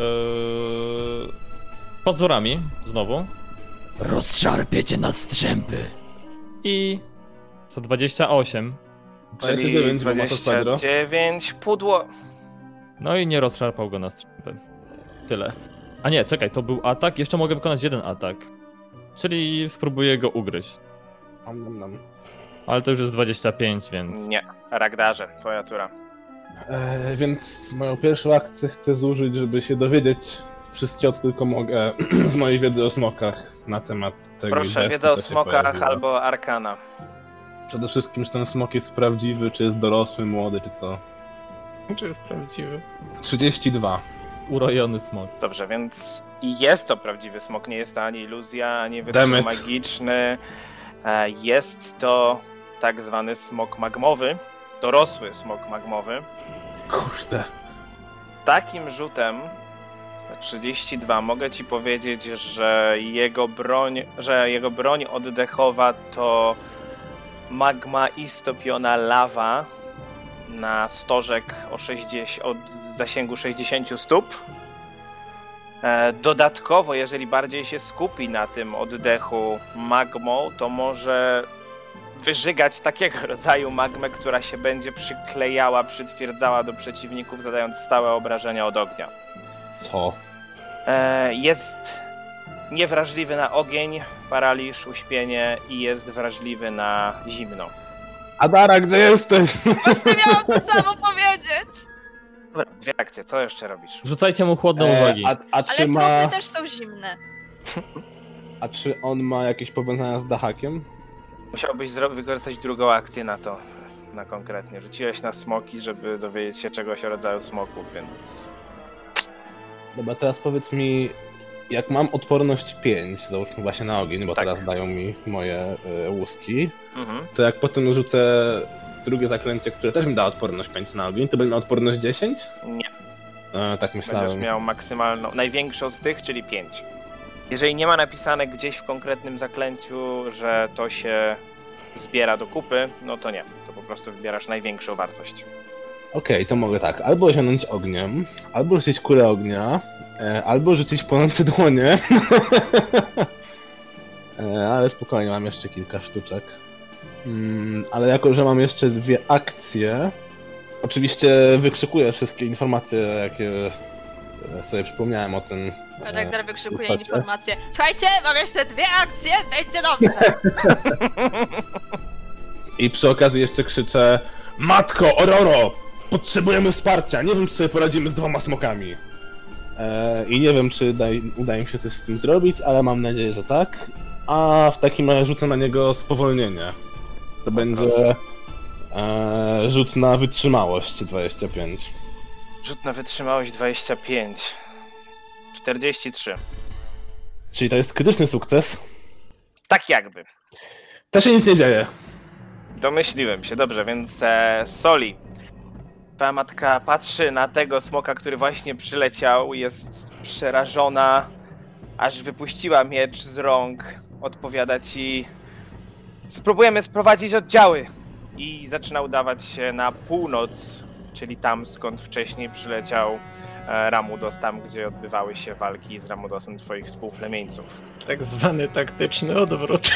S5: Yy, pazurami, znowu.
S6: Rozszarpie cię na strzępy.
S5: I co dwadzieścia osiem.
S1: Czyli dwadzieścia dziewięć, pudło.
S5: No i nie rozszarpał go na strzępy. Tyle. A nie, czekaj, to był atak, jeszcze mogę wykonać jeden atak. Czyli spróbuję go ugryźć.
S4: Nam, nam, nam.
S5: Ale to już jest dwadzieścia pięć, więc...
S1: Nie, Ragdarze, twoja tura.
S4: E, więc moją pierwszą akcję chcę zużyć, żeby się dowiedzieć wszystkiego, co tylko mogę z mojej wiedzy o smokach na temat tego.
S1: Proszę, wiedza o smokach albo arkana.
S4: Przede wszystkim, czy ten smok jest prawdziwy, czy jest dorosły, młody, czy co?
S3: Czy jest prawdziwy?
S4: trzydzieści dwa.
S5: Urojony smok.
S1: Dobrze, więc jest to prawdziwy smok, nie jest to ani iluzja, ani wytwór magiczny. Jest to tak zwany smok magmowy, dorosły smok magmowy.
S4: Kurde.
S1: Takim rzutem trzydzieści dwa mogę ci powiedzieć, że jego broń, że jego broń oddechowa to magma i stopiona lawa na stożek o sześćdziesiąt, od zasięgu sześćdziesiąt stóp. Dodatkowo, jeżeli bardziej się skupi na tym oddechu magmą, to może wyżygać takiego rodzaju magmę, która się będzie przyklejała, przytwierdzała do przeciwników, zadając stałe obrażenia od ognia.
S4: Co?
S1: Jest niewrażliwy na ogień, paraliż, uśpienie i jest wrażliwy na zimno.
S4: Adara, gdzie jesteś?
S2: Właśnie miałam to samo powiedzieć!
S1: Dobra, dwie akcje, co jeszcze robisz?
S5: Rzucajcie mu chłodne
S4: E,
S5: uwagi.
S4: a, a, czy
S2: Ale
S4: ma...
S2: trupy też są zimne.
S4: a czy on ma jakieś powiązania z Dahakiem?
S1: Musiałbyś zro- wykorzystać drugą akcję na to, na konkretnie. Rzuciłeś na smoki, żeby dowiedzieć się czegoś o rodzaju smoków, więc...
S4: Dobra, teraz powiedz mi, jak mam odporność pięć, załóżmy właśnie na ogień, bo
S1: tak.
S4: teraz dają mi moje y, łuski,
S1: Mhm.
S4: to jak potem rzucę drugie zaklęcie, które też mi da odporność pięć na ogień, to będę miał odporność dziesięć?
S1: Nie.
S4: E, tak myślałem.
S1: Będziesz miał maksymalną, największą z tych, czyli pięć. Jeżeli nie ma napisane gdzieś w konkretnym zaklęciu, że to się zbiera do kupy, no to nie. To po prostu wybierasz największą wartość.
S4: Okej, okay, to mogę tak, albo osiągnąć ogniem, albo rzucić kulę ognia, e, albo rzucić płonące dłonie. e, ale spokojnie, mam jeszcze kilka sztuczek. Mm, ale jako, że mam jeszcze dwie akcje, oczywiście wykrzykuję wszystkie informacje, jakie sobie przypomniałem o tym.
S2: Ragnar wykrzykuje
S4: Słuchajcie.
S2: informacje. Słuchajcie, mam jeszcze dwie akcje, będzie dobrze!
S4: I przy okazji jeszcze krzyczę: Matko, Ororo! Potrzebujemy wsparcia! Nie wiem, czy sobie poradzimy z dwoma smokami. Eee, I nie wiem, czy daj, uda im się coś z tym zrobić, ale mam nadzieję, że tak. A w takim razie rzucę na niego spowolnienie. To będzie eee, rzut na wytrzymałość dwadzieścia pięć.
S1: Rzut na wytrzymałość dwadzieścia pięć. czterdzieści trzy.
S4: Czyli to jest krytyczny sukces.
S1: Tak jakby.
S4: To się nic nie dzieje.
S1: Domyśliłem się, dobrze, więc e, Soli. Twoja matka patrzy na tego smoka, który właśnie przyleciał, jest przerażona, aż wypuściła miecz z rąk. Odpowiada ci: spróbujemy sprowadzić oddziały. I zaczyna udawać się na północ, czyli tam, skąd wcześniej przyleciał e, Ramudos, tam gdzie odbywały się walki z Ramudosem twoich współplemieńców.
S3: Tak zwany taktyczny odwrót.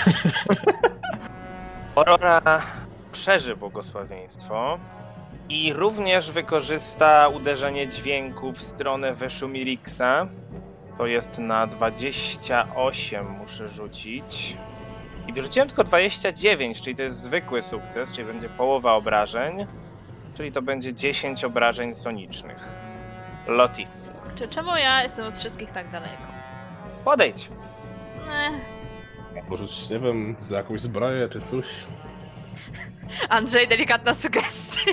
S1: Aurora przeży błogosławieństwo i również wykorzysta uderzenie dźwięku w stronę Weszumirixa, To jest na dwadzieścia osiem muszę rzucić. I wyrzuciłem tylko dwadzieścia dziewięć, czyli to jest zwykły sukces, czyli będzie połowa obrażeń. Czyli to będzie dziesięć obrażeń sonicznych. Loti,
S2: Czy czemu ja jestem od wszystkich tak daleko?
S1: podejdź.
S2: Eh.
S4: Porzuć, nie wiem, za jakąś zbroję czy coś.
S2: Andrzej, delikatna sugestia.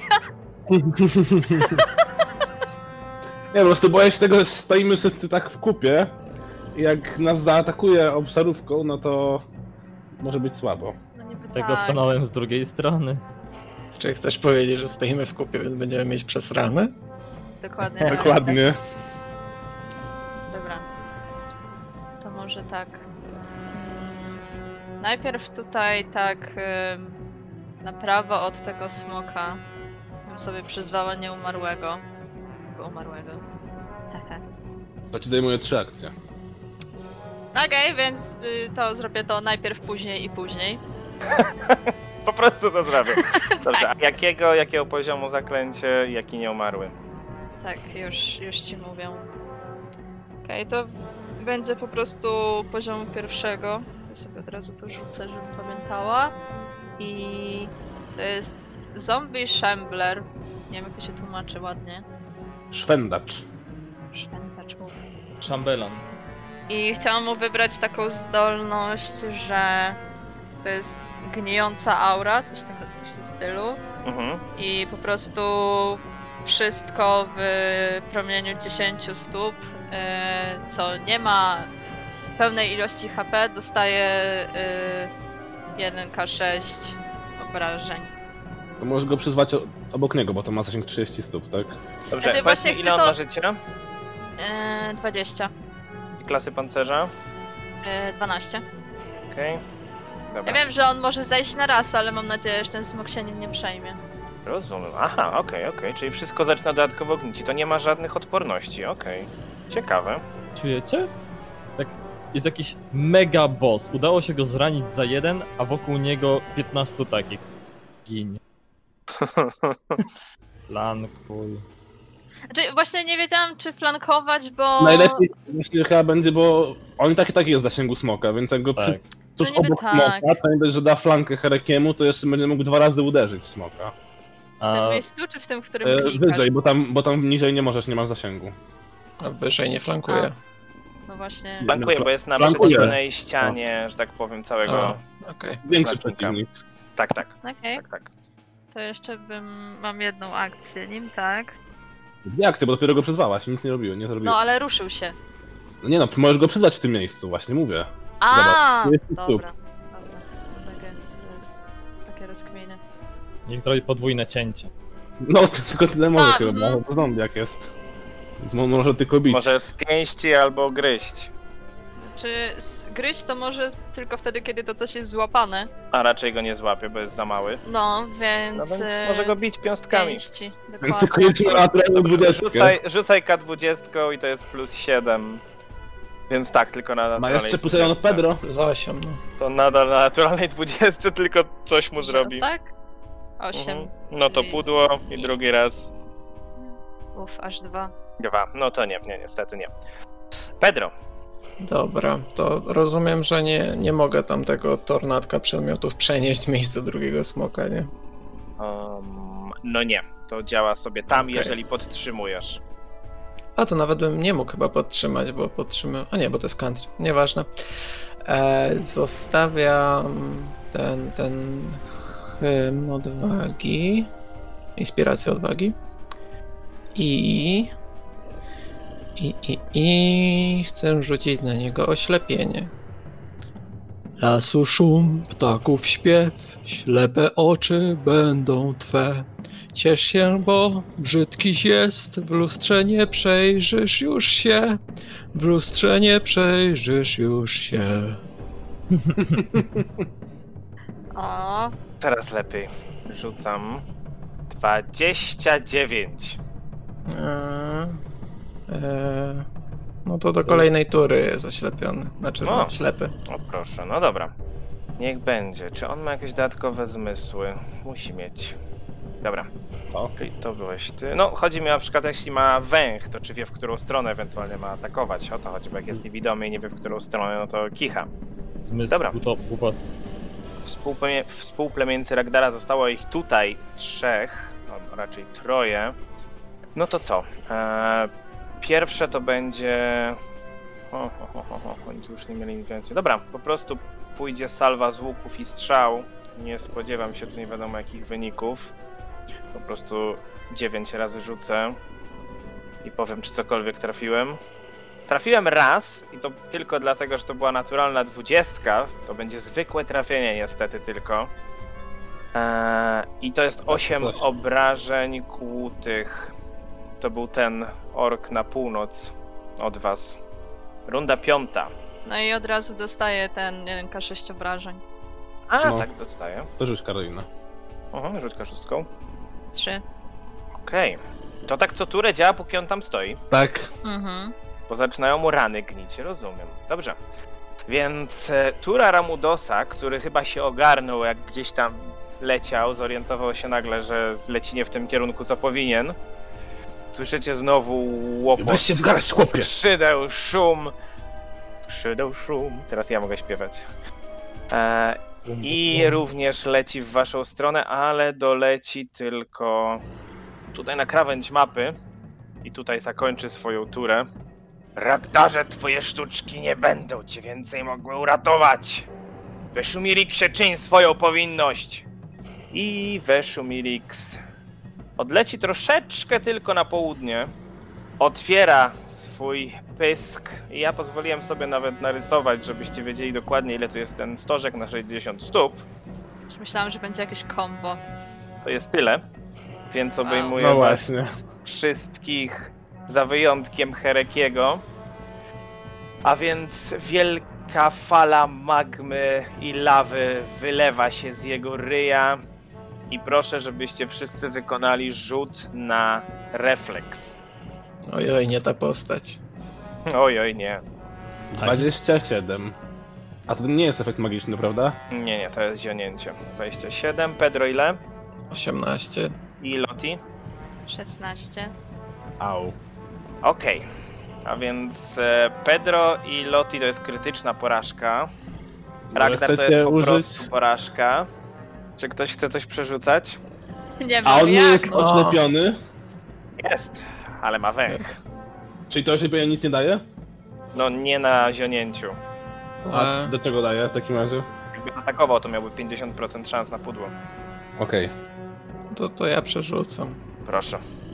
S4: Nie, po prostu boję się tego, że stoimy wszyscy tak w kupie. I jak nas zaatakuje obszarówką, no to może być słabo.
S2: No niby
S5: Tego
S2: tak.
S5: stanąłem z drugiej strony.
S3: Czy chcesz powiedzieć, że stoimy w kupie, więc będziemy mieć przesrane?
S2: Dokładnie. tak.
S4: Dokładnie.
S2: Dobra. To może tak. Mm, Najpierw tutaj tak ym, na prawo od tego smoka bym sobie przyzwała nieumarłego. Bo umarłego. Hehe.
S4: To ci zajmuje trzy akcje.
S2: Okej, więc y, to zrobię to najpierw, później i później.
S1: Po prostu to zrobię. Dobrze, a jakiego, jakiego poziomu zaklęcie, jaki nieumarły?
S2: Tak, już, już ci mówię. Okej, to będzie po prostu poziomu pierwszego. Ja sobie od razu to rzucę, żebym pamiętała. I to jest Zombie Shambler. Nie wiem, jak to się tłumaczy ładnie.
S4: Szwendacz.
S2: Szwendacz mówi.
S5: Szambelan.
S2: I chciałam mu wybrać taką zdolność, że to jest gnijąca aura, coś, tam, coś w tym stylu.
S1: Mhm.
S2: I po prostu wszystko w promieniu dziesięć stóp, yy, co nie ma pełnej ilości H P, dostaje yy, jeden K sześć obrażeń.
S4: To możesz go przyzwać o- obok niego, bo to ma zasięg trzydzieści stóp, tak?
S1: Dobrze,
S2: Znaczy,
S1: właśnie
S2: właśnie
S1: ile
S2: chcę
S1: on
S2: to-
S1: ma życia?
S2: Yy, dwadzieścia.
S1: Klasy pancerza?
S2: Yy, dwanaście.
S1: Okej.
S2: Ja
S1: Dobra,
S2: wiem, że on może zejść na raz, ale mam nadzieję, że ten smok się nim nie przejmie.
S1: rozumiem. Aha, okej, okej, czyli wszystko zaczyna dodatkowo gnić i to nie ma żadnych odporności, okej. Ciekawe.
S5: Czujecie? Tak, jest jakiś mega boss. Udało się go zranić za jeden, a wokół niego piętnastu takich. Gin. Lankuj.
S2: Znaczy, właśnie nie wiedziałam, czy flankować, bo...
S4: Najlepiej myślę, chyba będzie, bo on i tak i tak jest w zasięgu smoka, więc jak go przy,
S5: Tak.
S4: tuż
S2: No niby
S4: obok
S2: tak.
S4: smoka, to nie dość, że da flankę Herekiemu, to jeszcze będzie mógł dwa razy uderzyć w smoka.
S2: W tym
S5: A
S2: miejscu, czy w tym, w którym
S4: E,
S2: klikasz?
S4: wyżej, bo tam, bo tam niżej nie możesz, nie masz zasięgu.
S3: A wyżej nie flankuje.
S2: No właśnie.
S1: Flankuje, bo jest na
S4: Flankuje.
S1: przeciwnej ścianie, że tak powiem, całego...
S3: O, okej.
S4: Większy
S1: Znacznika.
S4: przeciwnik.
S1: Tak, tak,
S2: Okej,
S1: tak, tak.
S2: to jeszcze bym... mam jedną akcję nim, tak?
S4: Dwie akcje, bo dopiero go przyzwałaś i nic nie robiło, nie zrobiło.
S2: No, ale ruszył się.
S4: No nie no, możesz go przyzwać w tym miejscu, właśnie mówię.
S2: A,
S4: Zobacz, jest
S2: dobra,
S4: stóp.
S2: dobra. Takie, to jest takie rozkminy.
S5: niech zrobi podwójne cięcie.
S4: No, to tylko tyle może
S2: A,
S4: chyba,
S2: mhm.
S4: bo zombiak jest. Więc mo- może tylko bić.
S1: Może z pięści albo gryźć,
S2: Czy s- gryźć to może tylko wtedy, kiedy to coś jest złapane?
S1: a raczej go nie złapie, bo jest za mały.
S2: No,
S1: No
S2: więc...
S1: więc
S2: e,
S1: może go bić piąstkami.
S2: pięści,
S4: Więc tylko
S2: dokładnie.
S4: jeśli ma naturalną dwudziestkę.
S1: Rzucaj, rzucaj K dwadzieścia i to jest plus siedem. Więc tak, tylko na
S4: Ma
S1: naturalnej
S4: jeszcze plus jeden od Pedro.
S3: Plus osiem, no.
S1: To nadal na naturalnej dwudziestce tylko coś mu zrobi.
S2: Tak? Osiem.
S1: Mhm. No to
S2: Czyli-
S1: pudło i drugi raz
S2: Uf, aż dwa.
S1: dwa. No to nie, nie, niestety nie. Pedro.
S3: Dobra, to rozumiem, że nie, nie mogę tam tego tornadka przedmiotów przenieść w miejsce drugiego smoka, nie?
S1: Um, no nie, to działa sobie tam,
S3: Okej.
S1: jeżeli podtrzymujesz.
S3: A to nawet bym nie mógł chyba podtrzymać, bo podtrzymał. A nie, bo to jest country. Nieważne. E, zostawiam ten, ten hymn odwagi. Inspirację odwagi. I. I, i, I chcę rzucić na niego oślepienie. Lasu szum, ptaków śpiew, ślepe oczy będą twe. Ciesz się, bo brzydkiś jest, w lustrze nie przejrzysz już się, w lustrze nie przejrzysz już się.
S2: O,
S1: Teraz lepiej. Rzucam. dwadzieścia dziewięć.
S3: Eee, eee, no to do kolejnej tury jest oślepiony, znaczy
S1: No.
S3: no, ślepy.
S1: O proszę, no dobra. Niech będzie. Czy on ma jakieś dodatkowe zmysły? Musi mieć. Dobra.
S4: Co?
S1: Czyli to byłeś ty. No, chodzi mi na przykład, jeśli ma węch, to czy wie, w którą stronę ewentualnie ma atakować. O to chodzi, bo jak jest niewidomy i nie wie, w którą stronę, no to kicha.
S5: Zmysł,
S1: Dobra.
S5: głupot.
S1: Współplemie... Współplemieńcy Ragdara, zostało ich tutaj trzech, no raczej troje. No to co? Eee, pierwsze to będzie... O, ho, ho, ho, ho. Oni tu już nie mieli nic więcej. Dobra, po prostu pójdzie salwa z łuków i strzał. Nie spodziewam się tu nie wiadomo jakich wyników. Po prostu dziewięć razy rzucę i powiem, czy cokolwiek trafiłem. Trafiłem raz i to tylko dlatego, że to była naturalna dwudziestka. To będzie zwykłe trafienie niestety tylko. Eee, I to jest osiem
S4: coś.
S1: obrażeń kłutych. To był ten ork na północ od was. Runda piąta.
S2: No i od razu dostaję ten jeden K sześć obrażeń.
S1: A,
S4: No.
S1: tak, dostaję.
S4: To rzuć, Karolina.
S1: Aha, rzuć kaszustką.
S2: Trzy.
S1: Okej. To tak co turę działa, póki on tam stoi.
S4: Tak.
S2: Mhm.
S1: Bo zaczynają mu rany gnić, rozumiem. Dobrze. Więc e, tura Ramudosa, który chyba się ogarnął, jak gdzieś tam leciał, zorientował się nagle, że leci nie w tym kierunku, co powinien. Słyszycie znowu łopot.
S4: Weź się w garść, chłopie!
S1: Skrzydeł, szum. Skrzydeł, szum. Teraz ja mogę śpiewać. E, I również leci w waszą stronę, ale doleci tylko tutaj na krawędź mapy. I tutaj zakończy swoją turę. Ragdarze, twoje sztuczki nie będą cię więcej mogły uratować. Weszumilix, czyń swoją powinność. I Weszumilix odleci troszeczkę tylko na południe. Otwiera swój pysk. I ja pozwoliłem sobie nawet narysować, żebyście wiedzieli dokładnie, ile tu jest ten stożek na sześćdziesiąt stóp.
S2: Już myślałam, że będzie jakieś combo.
S1: To jest tyle. Więc obejmuję
S4: No
S1: was
S4: właśnie.
S1: wszystkich, za wyjątkiem Herekiego. A więc wielka fala magmy i lawy wylewa się z jego ryja. I proszę, żebyście wszyscy wykonali rzut na refleks.
S3: Ojoj, nie ta postać.
S1: Oj, oj, nie.
S4: dwadzieścia siedem. A to nie jest efekt magiczny, prawda?
S1: Nie, nie, to jest zionięcie. dwadzieścia siedem. Pedro ile?
S3: osiemnaście.
S1: I Loti?
S2: szesnaście.
S4: Au.
S1: Okej. A więc e, Pedro i Loti to jest krytyczna porażka. Ragnar to
S4: chcecie
S1: jest po
S4: użyć-
S1: prostu porażka. Czy ktoś chce coś przerzucać?
S2: Nie
S4: A
S2: wiem
S4: on nie
S2: jak.
S4: jest
S3: No.
S4: oślepiony?
S1: Jest, ale ma węch.
S4: Czyli to oślepienie nic nie daje?
S1: No nie na zionięciu.
S4: A
S3: E,
S4: do czego daje w takim razie?
S1: Jakby atakował, to miałby pięćdziesiąt procent szans na pudło.
S4: Okej.
S3: to, to ja przerzucam.
S1: Proszę.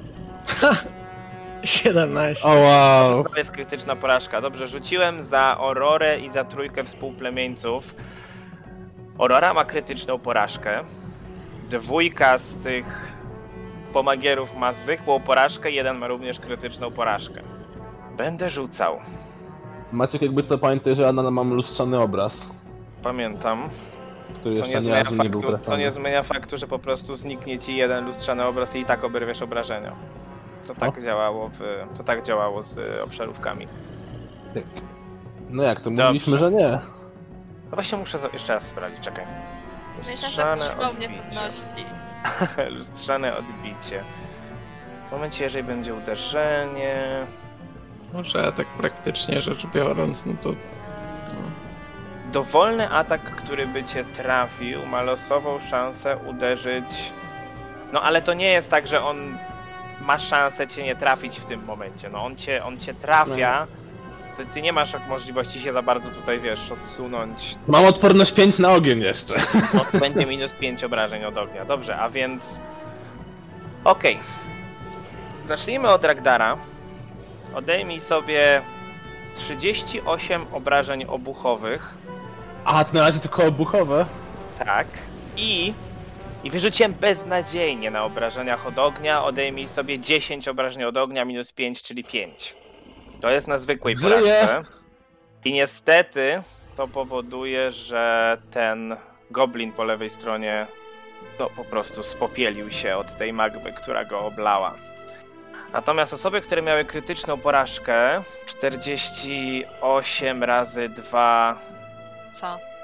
S3: siedemnaście.
S4: O wow.
S1: To jest krytyczna porażka. Dobrze, rzuciłem za Aurorę i za trójkę współplemieńców. Aurora ma krytyczną porażkę. Dwójka z tych pomagierów ma zwykłą porażkę, jeden ma również krytyczną porażkę. Będę rzucał.
S4: Maciek, jakby co, pamiętaj, że ja nadal mam lustrzany obraz,
S1: Pamiętam.
S4: który
S1: Co
S4: jeszcze
S1: nie,
S4: ani
S1: zmienia
S4: razu nie był
S1: faktu, co
S4: trafiony.
S1: nie zmienia faktu, że po prostu zniknie ci jeden lustrzany obraz i i tak oberwiesz obrażenia. To tak
S4: O.
S1: działało w, to tak działało z y, obszarówkami.
S4: Tak. No jak to?
S1: Dobrze.
S4: Mówiliśmy, że nie.
S1: No właśnie muszę za- jeszcze raz sprawdzić, czekaj.
S2: Myślę, że
S1: Lustrzane
S2: trzymał
S1: odbicie.
S2: niepewności.
S1: Lustrzane odbicie. W momencie, jeżeli będzie uderzenie...
S3: Może tak praktycznie rzecz biorąc, no to... No.
S1: Dowolny atak, który by cię trafił, ma losową szansę uderzyć... No ale to nie jest tak, że on ma szansę cię nie trafić w tym momencie. No on cię, on cię trafia, to ty nie masz możliwości się za bardzo tutaj, wiesz, odsunąć.
S4: Mam odporność pięć na ogień jeszcze.
S1: No to będzie minus pięć obrażeń od ognia. Dobrze, a więc... Okej. Zacznijmy od Ragdara. Odejmij sobie trzydzieści osiem obrażeń obuchowych.
S4: A, to na razie tylko obuchowe.
S1: Tak. I... I wyrzuciłem beznadziejnie na obrażeniach od ognia. Odejmij sobie dziesięć obrażeń od ognia minus pięć, czyli pięć. To jest na zwykłej
S4: Żyję.
S1: porażce. I niestety to powoduje, że ten goblin po lewej stronie no, po prostu spopielił się od tej magmy, która go oblała. Natomiast osoby, które miały krytyczną porażkę, czterdzieści osiem razy dwa,
S2: Co?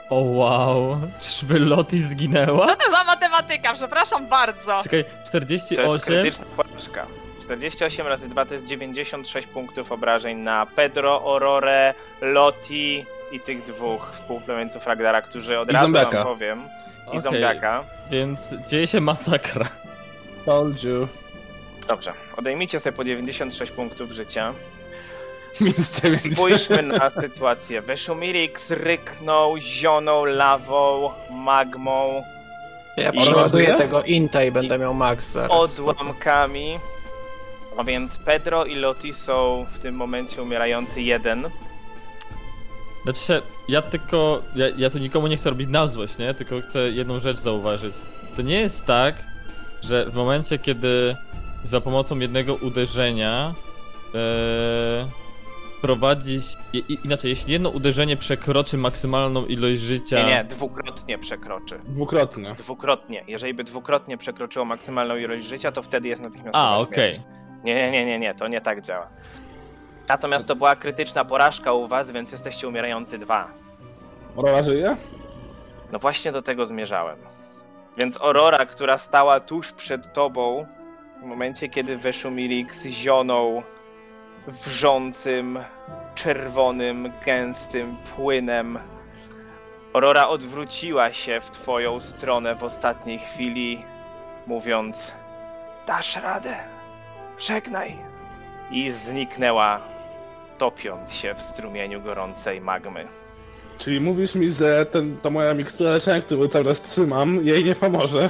S5: O wow, czyżby Loti zginęła?
S2: Co to za matematyka? Przepraszam bardzo.
S5: Czekaj, czterdzieści
S1: To jest
S5: osiem.
S1: krytyczna porażka. czterdzieści osiem razy dwa to jest dziewięćdziesiąt sześć punktów obrażeń na Pedro, Aurorę, Loti i tych dwóch współplemieńców Ragdara, którzy od
S4: I
S1: razu
S4: zombiaka.
S1: wam powiem. I
S5: Okej.
S1: zombiaka.
S5: Więc dzieje się masakra.
S4: Told you.
S1: Dobrze, odejmijcie sobie po dziewięćdziesiąt sześć punktów życia.
S4: Minus dziewięć.
S1: Spójrzmy na sytuację. Weszumirix ryknął, zionął lawą, magmą,
S3: Ja
S1: I-
S3: przeładuję
S4: Rozumiem?
S3: tego Inta i będę miał max zaraz.
S1: odłamkami. A więc Pedro i Loti są w tym momencie umierający jeden.
S5: Znaczy się, ja tylko, ja, ja tu nikomu nie chcę robić na złość, nie? Tylko chcę jedną rzecz zauważyć. To nie jest tak, że w momencie, kiedy za pomocą jednego uderzenia e, prowadzić, i, i, inaczej, jeśli jedno uderzenie przekroczy maksymalną ilość życia...
S1: Nie, nie, dwukrotnie przekroczy.
S4: Dwukrotnie.
S1: Dwukrotnie. Jeżeli by dwukrotnie przekroczyło maksymalną ilość życia, to wtedy jest natychmiastowa
S5: A,
S1: śmierć.
S5: okej.
S1: Nie, nie, nie, nie, nie, to nie tak działa. Natomiast to była krytyczna porażka u was, więc jesteście umierający dwa.
S4: Aurora żyje?
S1: No właśnie do tego zmierzałem. Więc Aurora, która stała tuż przed tobą, w momencie kiedy Weszumirix zionął wrzącym, czerwonym, gęstym płynem, Aurora odwróciła się w twoją stronę w ostatniej chwili, mówiąc: dasz radę, żegnaj. I zniknęła, topiąc się w strumieniu gorącej magmy.
S4: Czyli mówisz mi, że ten, to moja mikstura leczenia, którą cały czas trzymam, jej nie pomoże?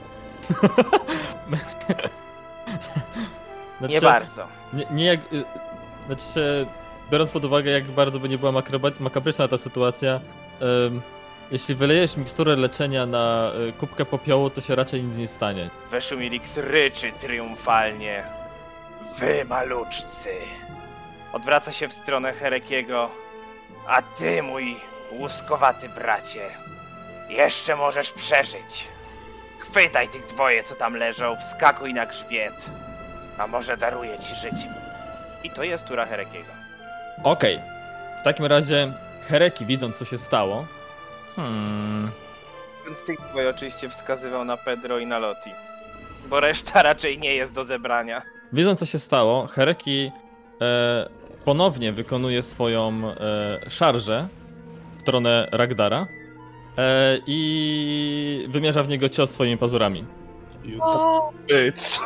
S5: Znaczy,
S1: Nie bardzo.
S5: Nie, nie jak... y, Znaczy się, biorąc pod uwagę, jak bardzo by nie była makroba- makabryczna ta sytuacja, ym, jeśli wylejesz miksturę leczenia na y, kubkę popiołu, to się raczej nic nie stanie.
S1: Weszumirix ryczy triumfalnie. Wy maluczcy. Odwraca się w stronę Herekiego. A ty, mój łuskowaty bracie, jeszcze możesz przeżyć. Chwytaj tych dwoje, co tam leżą, wskakuj na grzbiet. A może daruję ci życie. I to jest tura Herekiego.
S5: Okej, w takim razie Hereki, widząc co się stało... Hmm...
S1: Więc tych dwoje oczywiście wskazywał na Pedro i na Loti. Bo reszta raczej nie jest do zebrania.
S5: Widząc co się stało, Hereki e, ponownie wykonuje swoją e, szarżę w stronę Ragdara e, i wymierza w niego cios swoimi pazurami.
S4: You son of a bitch.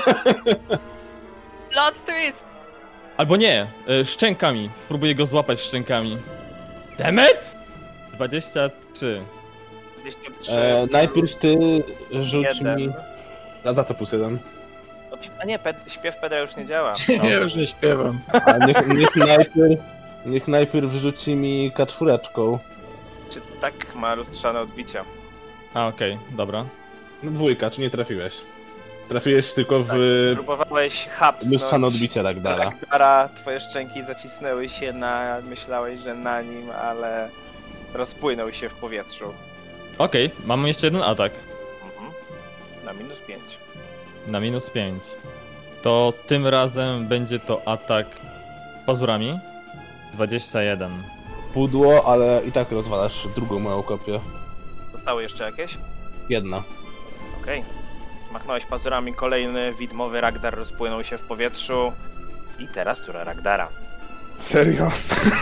S2: Plot twist.
S5: Albo nie, e, szczękami. Spróbuję go złapać szczękami. Demet! dwadzieścia trzy.
S1: dwadzieścia trzy,
S4: E, najpierw ty rzuć
S1: jeden.
S4: mi... A za co plus jeden?
S1: A nie, Ped- śpiew Pedra już nie działa.
S3: Ja już nie śpiewam.
S4: A niech, niech najpierw... Niech najpierw rzuci mi kaczwóreczką.
S1: Czy tak ma lustrzane odbicia?
S5: A okej, dobra.
S4: No dwójka, czy nie trafiłeś? Trafiłeś tylko w
S1: Próbowałeś hapsnąć
S4: lustrzane odbicie Ragdara.
S1: Ragdara, twoje szczęki zacisnęły się na... myślałeś, że na nim, ale rozpłynął się w powietrzu.
S5: Okej, mamy jeszcze jeden atak.
S1: Mhm. Na minus pięć.
S5: Na minus pięć. To tym razem będzie to atak pazurami. dwadzieścia jeden.
S4: Pudło, ale i tak rozwalasz drugą moją kopię.
S1: Zostały jeszcze jakieś?
S4: Jedna.
S1: Okej. Smachnąłeś pazurami, kolejny widmowy Ragdar rozpłynął się w powietrzu. I teraz tura Ragdara.
S4: Serio?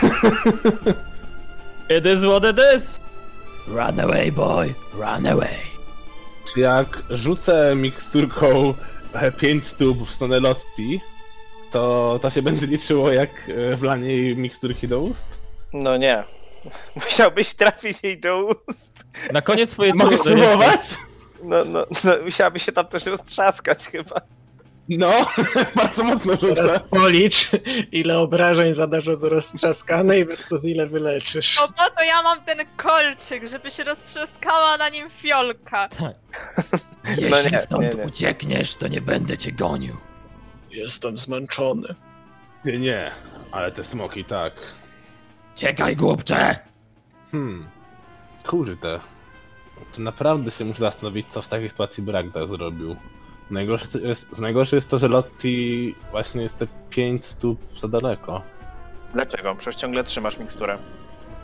S5: It is what it is!
S6: Run away, boy, run away.
S4: Czy jak rzucę miksturką pięć stóp w stronę Lotti, to to się będzie liczyło jak e, wlanie jej miksturki do ust?
S1: No nie. Musiałbyś trafić jej do ust.
S5: Na koniec swojej
S4: Mogę
S5: tury-
S4: spróbować?
S1: No, no, no, musiałaby się tam też roztrzaskać chyba.
S4: No, bardzo mocno rzucę.
S3: Teraz policz, ile obrażeń zadasz od roztrzaskanej versus ile wyleczysz.
S2: No po to ja mam ten kolczyk, żeby się roztrzaskała na nim fiolka.
S6: Jeśli
S1: No nie,
S6: stąd
S1: nie, nie.
S6: uciekniesz, to nie będę cię gonił.
S3: Jestem zmęczony.
S4: Nie, nie, ale te smoki tak.
S6: Ciekaj, głupcze!
S4: Hmm, kurde. To naprawdę się muszę zastanowić, co w takiej sytuacji Ragdar zrobił. Najgorsze jest, najgorsze jest to, że Lotti właśnie jest te pięć stóp za daleko.
S1: Dlaczego? Przecież ciągle trzymasz miksturę.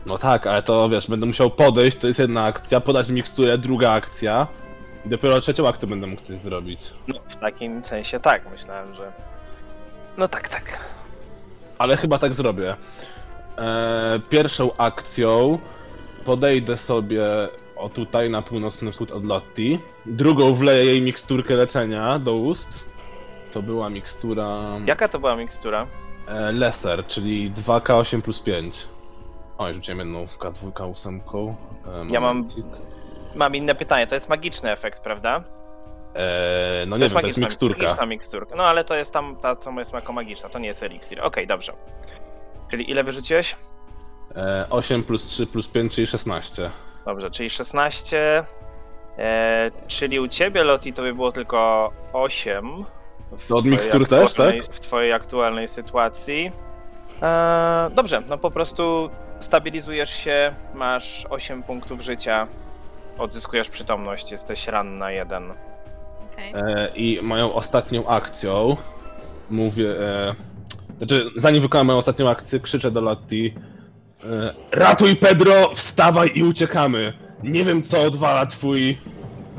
S4: No tak, ale to wiesz, będę musiał podejść, to jest jedna akcja, podać miksturę, druga akcja i dopiero trzecią akcję będę mógł coś zrobić.
S1: No, w takim sensie tak, myślałem, że... No tak, tak.
S4: Ale chyba tak zrobię. Eee, pierwszą akcją podejdę sobie o tutaj na północny wschód od Lotti. Drugą wleję jej miksturkę leczenia do ust. To była mikstura...
S1: Jaka to była mikstura?
S4: E, Lesser, czyli dwa K osiem plus pięć. Oj, rzuciłem jedną K dwa, K osiem. E,
S1: ja mam... Mam inne pytanie, to jest magiczny efekt, prawda?
S4: Eee, no
S1: to
S4: nie
S1: jest
S4: wiem, to jest miksturka.
S1: Magiczna miksturka. No ale to jest tam ta, co jest jako magiczna, to nie jest eliksir. Okej, okay, dobrze. Czyli ile wyrzuciłeś?
S4: Eee, osiem plus trzy plus pięć, czyli szesnaście.
S1: Dobrze, czyli szesnaście. Eee, czyli u ciebie, Lotti, to by było tylko osiem.
S4: To od mikstur też, tak?
S1: W twojej aktualnej sytuacji. Eee, dobrze, no po prostu stabilizujesz się, masz osiem punktów życia. Odzyskujesz przytomność, jesteś ranna jeden.
S2: Okay.
S4: E, I moją ostatnią akcją mówię... E, znaczy, zanim wykonam moją ostatnią akcję, krzyczę do Lotti e, ratuj Pedro, wstawaj i uciekamy! Nie wiem, co odwala twój... E,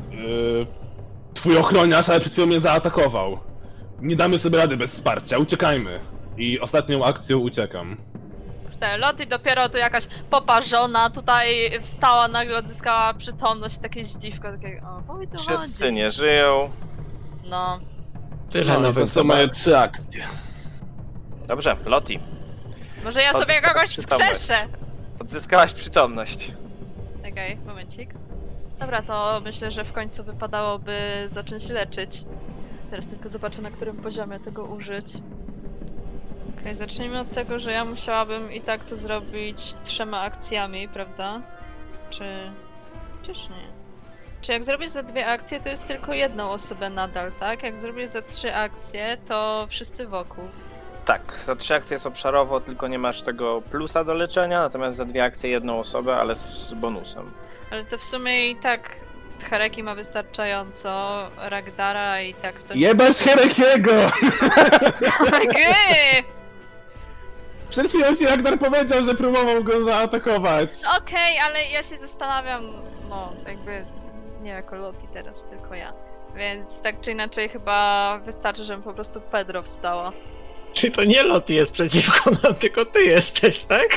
S4: twój ochroniarz, ale przed chwilą mnie zaatakował. Nie damy sobie rady bez wsparcia, uciekajmy! I ostatnią akcją uciekam.
S2: Lotti dopiero tu jakaś poparzona tutaj wstała, nagle odzyskała przytomność, takie zdziwko, takie o, o i to
S1: Wszyscy
S2: chodzi.
S1: nie żyją.
S2: No.
S3: Tyle
S4: No,
S3: nowych
S4: to są moje trzy akcje.
S1: Dobrze, Lotti.
S2: Może ja sobie
S1: Odzyskałaś
S2: kogoś
S1: przytomność.
S2: wskrzeszę.
S1: Odzyskałaś przytomność.
S2: Okej, okay, momencik. Dobra, to myślę, że w końcu wypadałoby zacząć leczyć. Teraz tylko zobaczę, na którym poziomie tego użyć. Okej, okay, zacznijmy od tego, że ja musiałabym i tak to zrobić trzema akcjami, prawda? Czy... Czyż nie? Czy jak zrobię za dwie akcje, to jest tylko jedną osobę nadal, tak? Jak zrobię za trzy akcje, to wszyscy wokół.
S1: Tak, za trzy akcje jest obszarowo, tylko nie masz tego plusa do leczenia, natomiast za dwie akcje jedną osobę, ale z, z bonusem.
S2: Ale to w sumie i tak Hereki ma wystarczająco, Ragdara i tak to...
S4: Jebać Herekiego!
S2: Gry!
S4: Przed chwilą ci Ragnar powiedział, że próbował go zaatakować.
S2: Okej, okay, ale ja się zastanawiam, no jakby nie jako Lotti teraz, tylko ja. Więc tak czy inaczej chyba wystarczy, żebym po prostu Pedro wstała.
S3: Czyli to nie Lotti jest przeciwko nam, tylko ty jesteś, tak?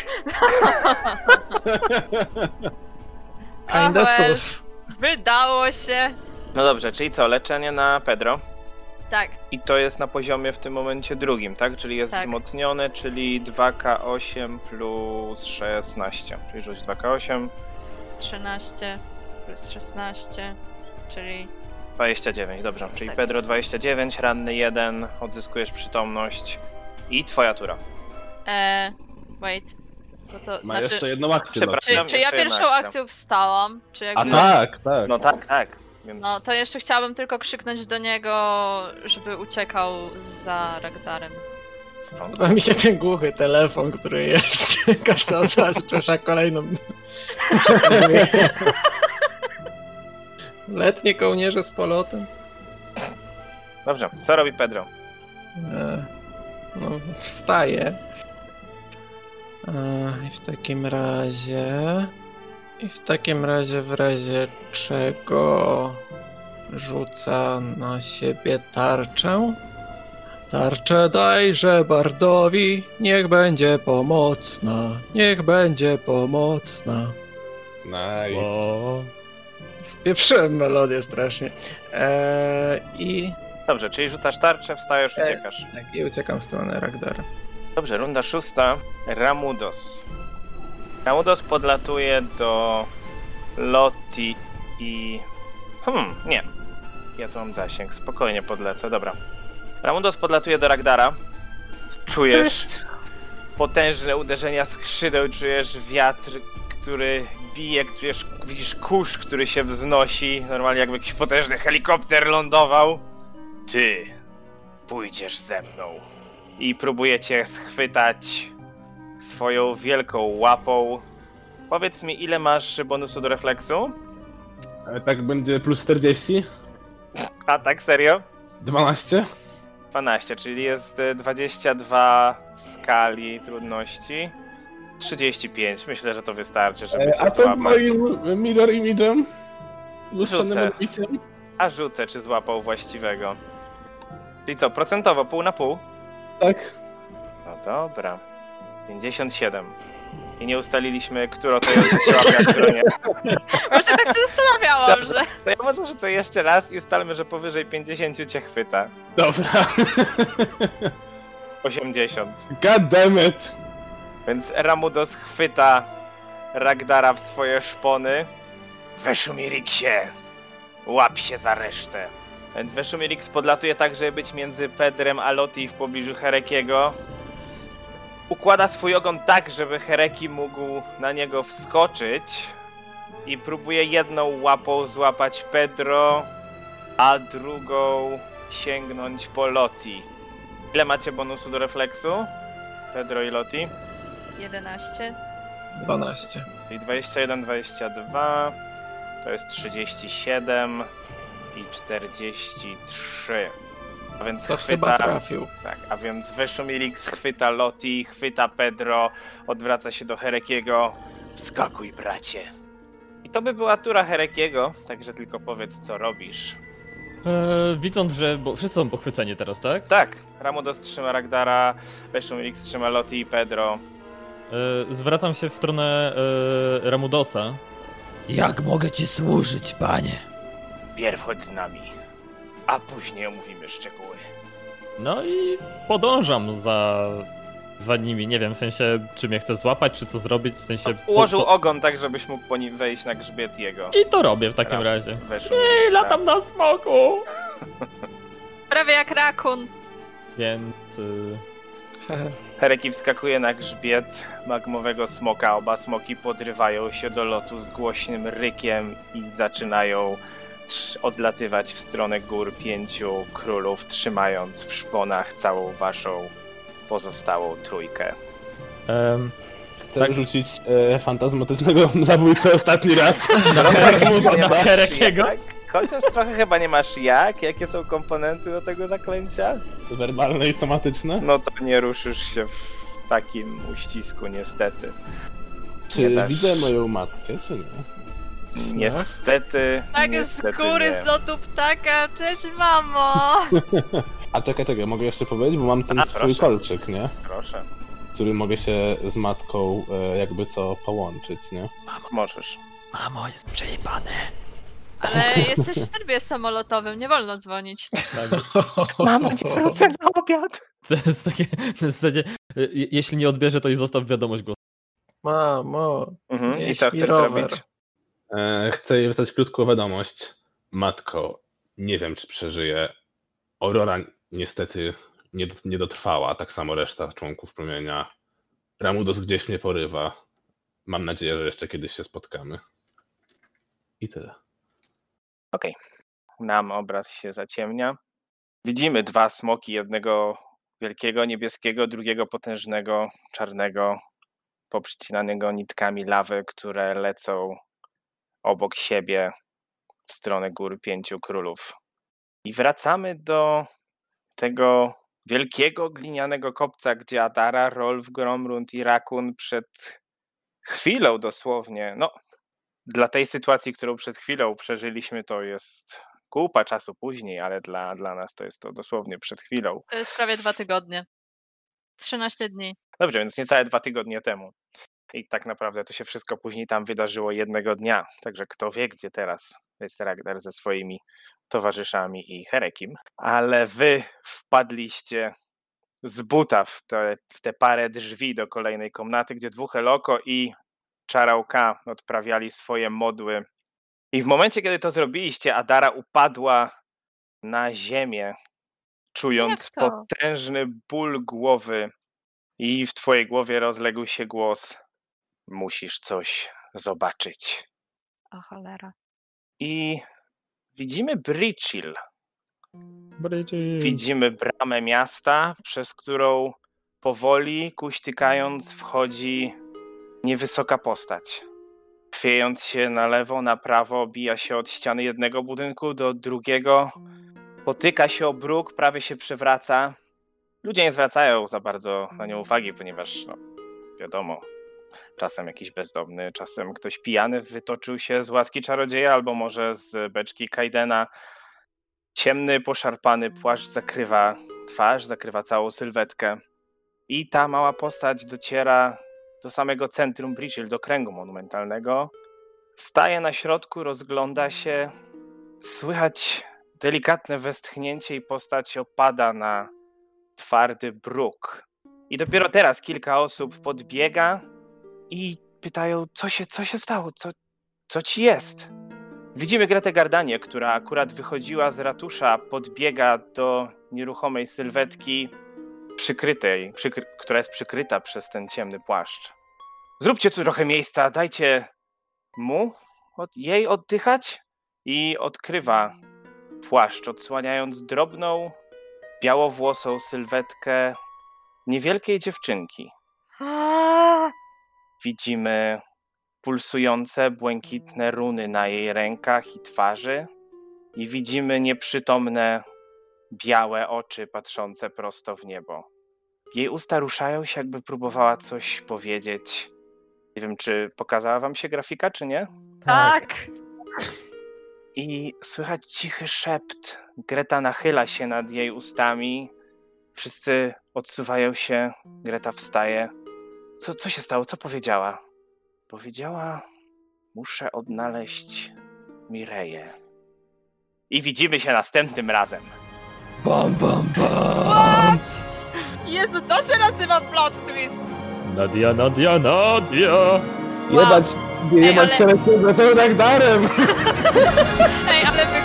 S3: Kinda
S2: well,
S3: sus.
S2: Wydało się.
S1: No dobrze, czyli co, leczenie na Pedro?
S2: Tak.
S1: I to jest na poziomie w tym momencie drugim, tak? Czyli jest
S2: tak.
S1: wzmocnione, czyli dwa K osiem plus szesnaście. Czyli rzuć dwa K osiem.
S2: trzynaście plus szesnaście, czyli...
S1: dwadzieścia dziewięć, dobrze. Czyli
S2: tak
S1: Pedro
S2: jest.
S1: dwadzieścia dziewięć, ranny jeden, odzyskujesz przytomność. I twoja tura.
S2: Eee, wait. Bo to,
S4: Ma
S2: znaczy,
S4: jeszcze jedną akcję.
S1: Przepraszam.
S4: Lotti.
S2: czy, czy ja
S1: jeszcze jedna
S2: pierwszą
S1: akcja.
S2: akcją wstałam, czy
S4: A
S2: jakby...
S4: tak, tak.
S1: No tak, tak. Więc
S2: No to jeszcze chciałabym tylko krzyknąć do niego, żeby uciekał za Ragdarem.
S3: Podoba mi się ten głuchy telefon, który jest. Każda osoba zaprasza kolejną. Letnie kołnierze z polotem.
S1: Dobrze, co robi Pedro?
S3: E, no, wstaje. E, I w takim razie... I w takim razie w razie czego rzuca na siebie tarczę. Tarczę dajże bardowi, niech będzie pomocna, niech będzie pomocna.
S4: Nice.
S5: O,
S3: Spieprzyłem melodię strasznie. Eee, I
S1: Dobrze, czyli rzucasz tarczę, wstajesz,
S3: E.
S1: uciekasz.
S3: tak, i uciekam w stronę Ragdara.
S1: Dobrze, runda szósta. Ramudos. Ramudos podlatuje do Lotti i... Hmm, nie. Ja tu mam zasięg, spokojnie podlecę, dobra. Ramudos podlatuje do Ragdara. Czujesz potężne uderzenia skrzydeł, czujesz wiatr, który bije, czujesz, widzisz kurz, który się wznosi. Normalnie jakby jakiś potężny helikopter lądował. Ty pójdziesz ze mną. I próbujecie schwytać swoją wielką łapą. Powiedz mi, ile masz bonusu do refleksu?
S4: E, tak będzie plus czterdzieści?
S1: A tak, serio?
S4: dwanaście?
S1: dwanaście, czyli jest dwadzieścia dwa skali trudności. trzydzieści pięć, myślę, że to wystarczy, żeby
S4: E,
S1: cię
S4: a co
S1: złapać.
S4: moim mirror image'em? Lustrzanym
S1: Rzucę.
S4: odbiciem?
S1: A rzucę, czy złapał właściwego. Czyli co, procentowo, pół na pół?
S4: Tak.
S1: No dobra. pięćdziesiąt siedem. I nie ustaliliśmy, którą to jest wyciłapia, a którą nie.
S2: Właśnie tak się zastanawiałam, że...
S1: To ja może rzucę jeszcze raz i ustalmy, że powyżej pięćdziesiąt cię chwyta.
S4: Dobra.
S1: osiemdziesiąt.
S4: God damn it.
S1: Więc Ramudos chwyta Ragdara w swoje szpony. Veshumiriksie, łap się za resztę. Więc Veshumirix podlatuje tak, żeby być między Pedrem a Loti w pobliżu Herekiego. Układa swój ogon tak, żeby Hereki mógł na niego wskoczyć. I próbuje jedną łapą złapać Pedro, a drugą sięgnąć po Loti. Ile macie bonusu do refleksu? Pedro i Loti?
S2: jedenaście.
S3: dwanaście.
S1: Czyli dwadzieścia jeden, dwadzieścia dwa, to jest trzydzieści siedem i czterdzieści trzy. A więc
S3: To chyba
S1: chwyta,
S3: trafił.
S1: tak, a więc Veshumirix chwyta Loti, chwyta Pedro, odwraca się do Herekiego. Wskakuj, bracie. I to by była tura Herekiego, także tylko powiedz, co robisz.
S5: Eee, widząc, że bo wszyscy są pochwyceni teraz, tak?
S1: Tak, Ramudos trzyma Ragdara, Veshumirix trzyma Loti i Pedro.
S5: Eee, zwracam się w stronę eee, Ramudosa.
S6: Jak mogę ci służyć, panie?
S1: Pierw chodź z nami, a później omówimy szczegóły.
S5: No i podążam za, za nimi. Nie wiem, w sensie, czy mnie chce złapać, czy co zrobić, w sensie...
S1: Ułożył
S5: po, po...
S1: ogon tak, żebyś mógł po nim wejść na grzbiet jego.
S5: I to robię w takim
S1: Ram-
S5: razie.
S1: Weszło.
S5: Ej, latam na smoku!
S2: Prawie jak rakun.
S5: Więc... Yy...
S1: Hereki wskakuje na grzbiet magmowego smoka. Oba smoki podrywają się do lotu z głośnym rykiem i zaczynają trz- odlatywać w stronę gór pięciu królów, trzymając w szponach całą waszą pozostałą trójkę.
S5: Um,
S4: Chcę
S5: Tak.
S4: rzucić e, fantazmatycznego zabójcę ostatni raz.
S1: Nie masz
S5: Herekiego?
S1: jak? Chociaż trochę chyba nie masz jak. Jakie są komponenty do tego zaklęcia?
S4: Werbalne i somatyczne.
S1: No to nie ruszysz się w takim uścisku, niestety.
S4: Czy
S1: nie dasz.
S4: widzę moją matkę, czy nie?
S1: Niestety.
S2: Tak z
S1: niestety
S2: góry,
S1: nie.
S2: z lotu ptaka. Cześć, mamo!
S4: A czekaj, czekaj, mogę jeszcze powiedzieć, bo mam ten
S1: A,
S4: swój
S1: proszę.
S4: kolczyk, nie?
S1: Proszę,
S4: Który mogę się z matką e, jakby co połączyć, nie?
S1: możesz.
S6: Mamo, jest przejebane.
S2: Ale jesteś w trybie samolotowym, nie wolno dzwonić.
S5: tak.
S1: Mamo, nie wrócę na obiad.
S5: To jest takie, w zasadzie, je- jeśli nie odbierze, to i zostaw wiadomość głosu.
S3: Mamo,
S1: Mhm. I
S3: znieś
S1: co
S3: mi
S1: chcesz
S3: rower.
S1: zrobić?
S4: E, chcę jej wysłać krótką wiadomość. Matko, nie wiem, czy przeżyję. Aurora niestety nie, nie dotrwała, tak samo reszta członków Promienia. Ramudos gdzieś mnie porywa. Mam nadzieję, że jeszcze kiedyś się spotkamy. I tyle.
S1: Nam obraz się zaciemnia. Widzimy dwa smoki, jednego wielkiego, niebieskiego, drugiego potężnego, czarnego, poprzycinanego nitkami lawy, które lecą obok siebie w stronę gór pięciu królów. I wracamy do tego wielkiego glinianego kopca, gdzie Adara, Rolf, Gromrund i Rakun przed chwilą dosłownie, no dla tej sytuacji, którą przed chwilą przeżyliśmy, to jest kupa czasu później, ale dla, dla nas to jest to dosłownie przed chwilą.
S2: To jest prawie dwa tygodnie. trzynaście dni.
S1: Dobrze, więc niecałe dwa tygodnie temu. I tak naprawdę to się wszystko później tam wydarzyło jednego dnia. Także kto wie, gdzie teraz jest Ragnar ze swoimi towarzyszami i Herekim. Ale wy wpadliście z buta w te, w te parę drzwi do kolejnej komnaty, gdzie dwóch Eloko i Czarałka odprawiali swoje modły. I w momencie, kiedy to zrobiliście, Adara upadła na ziemię, czując
S2: Jak to?
S1: potężny ból głowy. I w twojej głowie rozległ się głos: musisz coś zobaczyć.
S2: O cholera.
S1: I widzimy Bridchill.
S5: Bridget.
S1: Widzimy bramę miasta, przez którą powoli, kuśtykając, wchodzi niewysoka postać. Chwiejąc się na lewo, na prawo, bija się od ściany jednego budynku do drugiego. Potyka się o bruk, prawie się przewraca. Ludzie nie zwracają za bardzo na nią uwagi, ponieważ, no, wiadomo, Czasem jakiś bezdomny, czasem ktoś pijany wytoczył się z łaski czarodzieja, albo może z beczki Kaidena. Ciemny, poszarpany płaszcz zakrywa twarz, zakrywa całą sylwetkę. I ta mała postać dociera do samego centrum Bridgehill, do kręgu monumentalnego. Staje na środku, rozgląda się. Słychać delikatne westchnięcie i postać opada na twardy bruk. I dopiero teraz kilka osób podbiega i pytają, co się, co się stało, co, co ci jest? Widzimy Gretę Gardanię, która akurat wychodziła z ratusza, podbiega do nieruchomej sylwetki przykrytej, przykry, która jest przykryta przez ten ciemny płaszcz. Zróbcie tu trochę miejsca, dajcie mu, od, jej oddychać i odkrywa płaszcz, odsłaniając drobną, białowłosą sylwetkę niewielkiej dziewczynki. Widzimy pulsujące, błękitne runy na jej rękach i twarzy i widzimy nieprzytomne, białe oczy patrzące prosto w niebo. Jej usta ruszają się, jakby próbowała coś powiedzieć. Nie wiem, czy pokazała wam się grafika, czy nie?
S2: Tak!
S1: I słychać cichy szept. Greta nachyla się nad jej ustami. Wszyscy odsuwają się. Greta wstaje. Co, co się stało? Co powiedziała? Powiedziała, muszę odnaleźć Mireję. I widzimy się następnym razem.
S6: Bam, bam, bam!
S2: What? Jezu, to się nazywa plot twist!
S5: Nadia, Nadia, Nadia!
S4: Jebać, nie
S2: Ej,
S4: jebać
S2: ale-
S4: szeregu, co Ragdarem!
S2: Ej, ale wy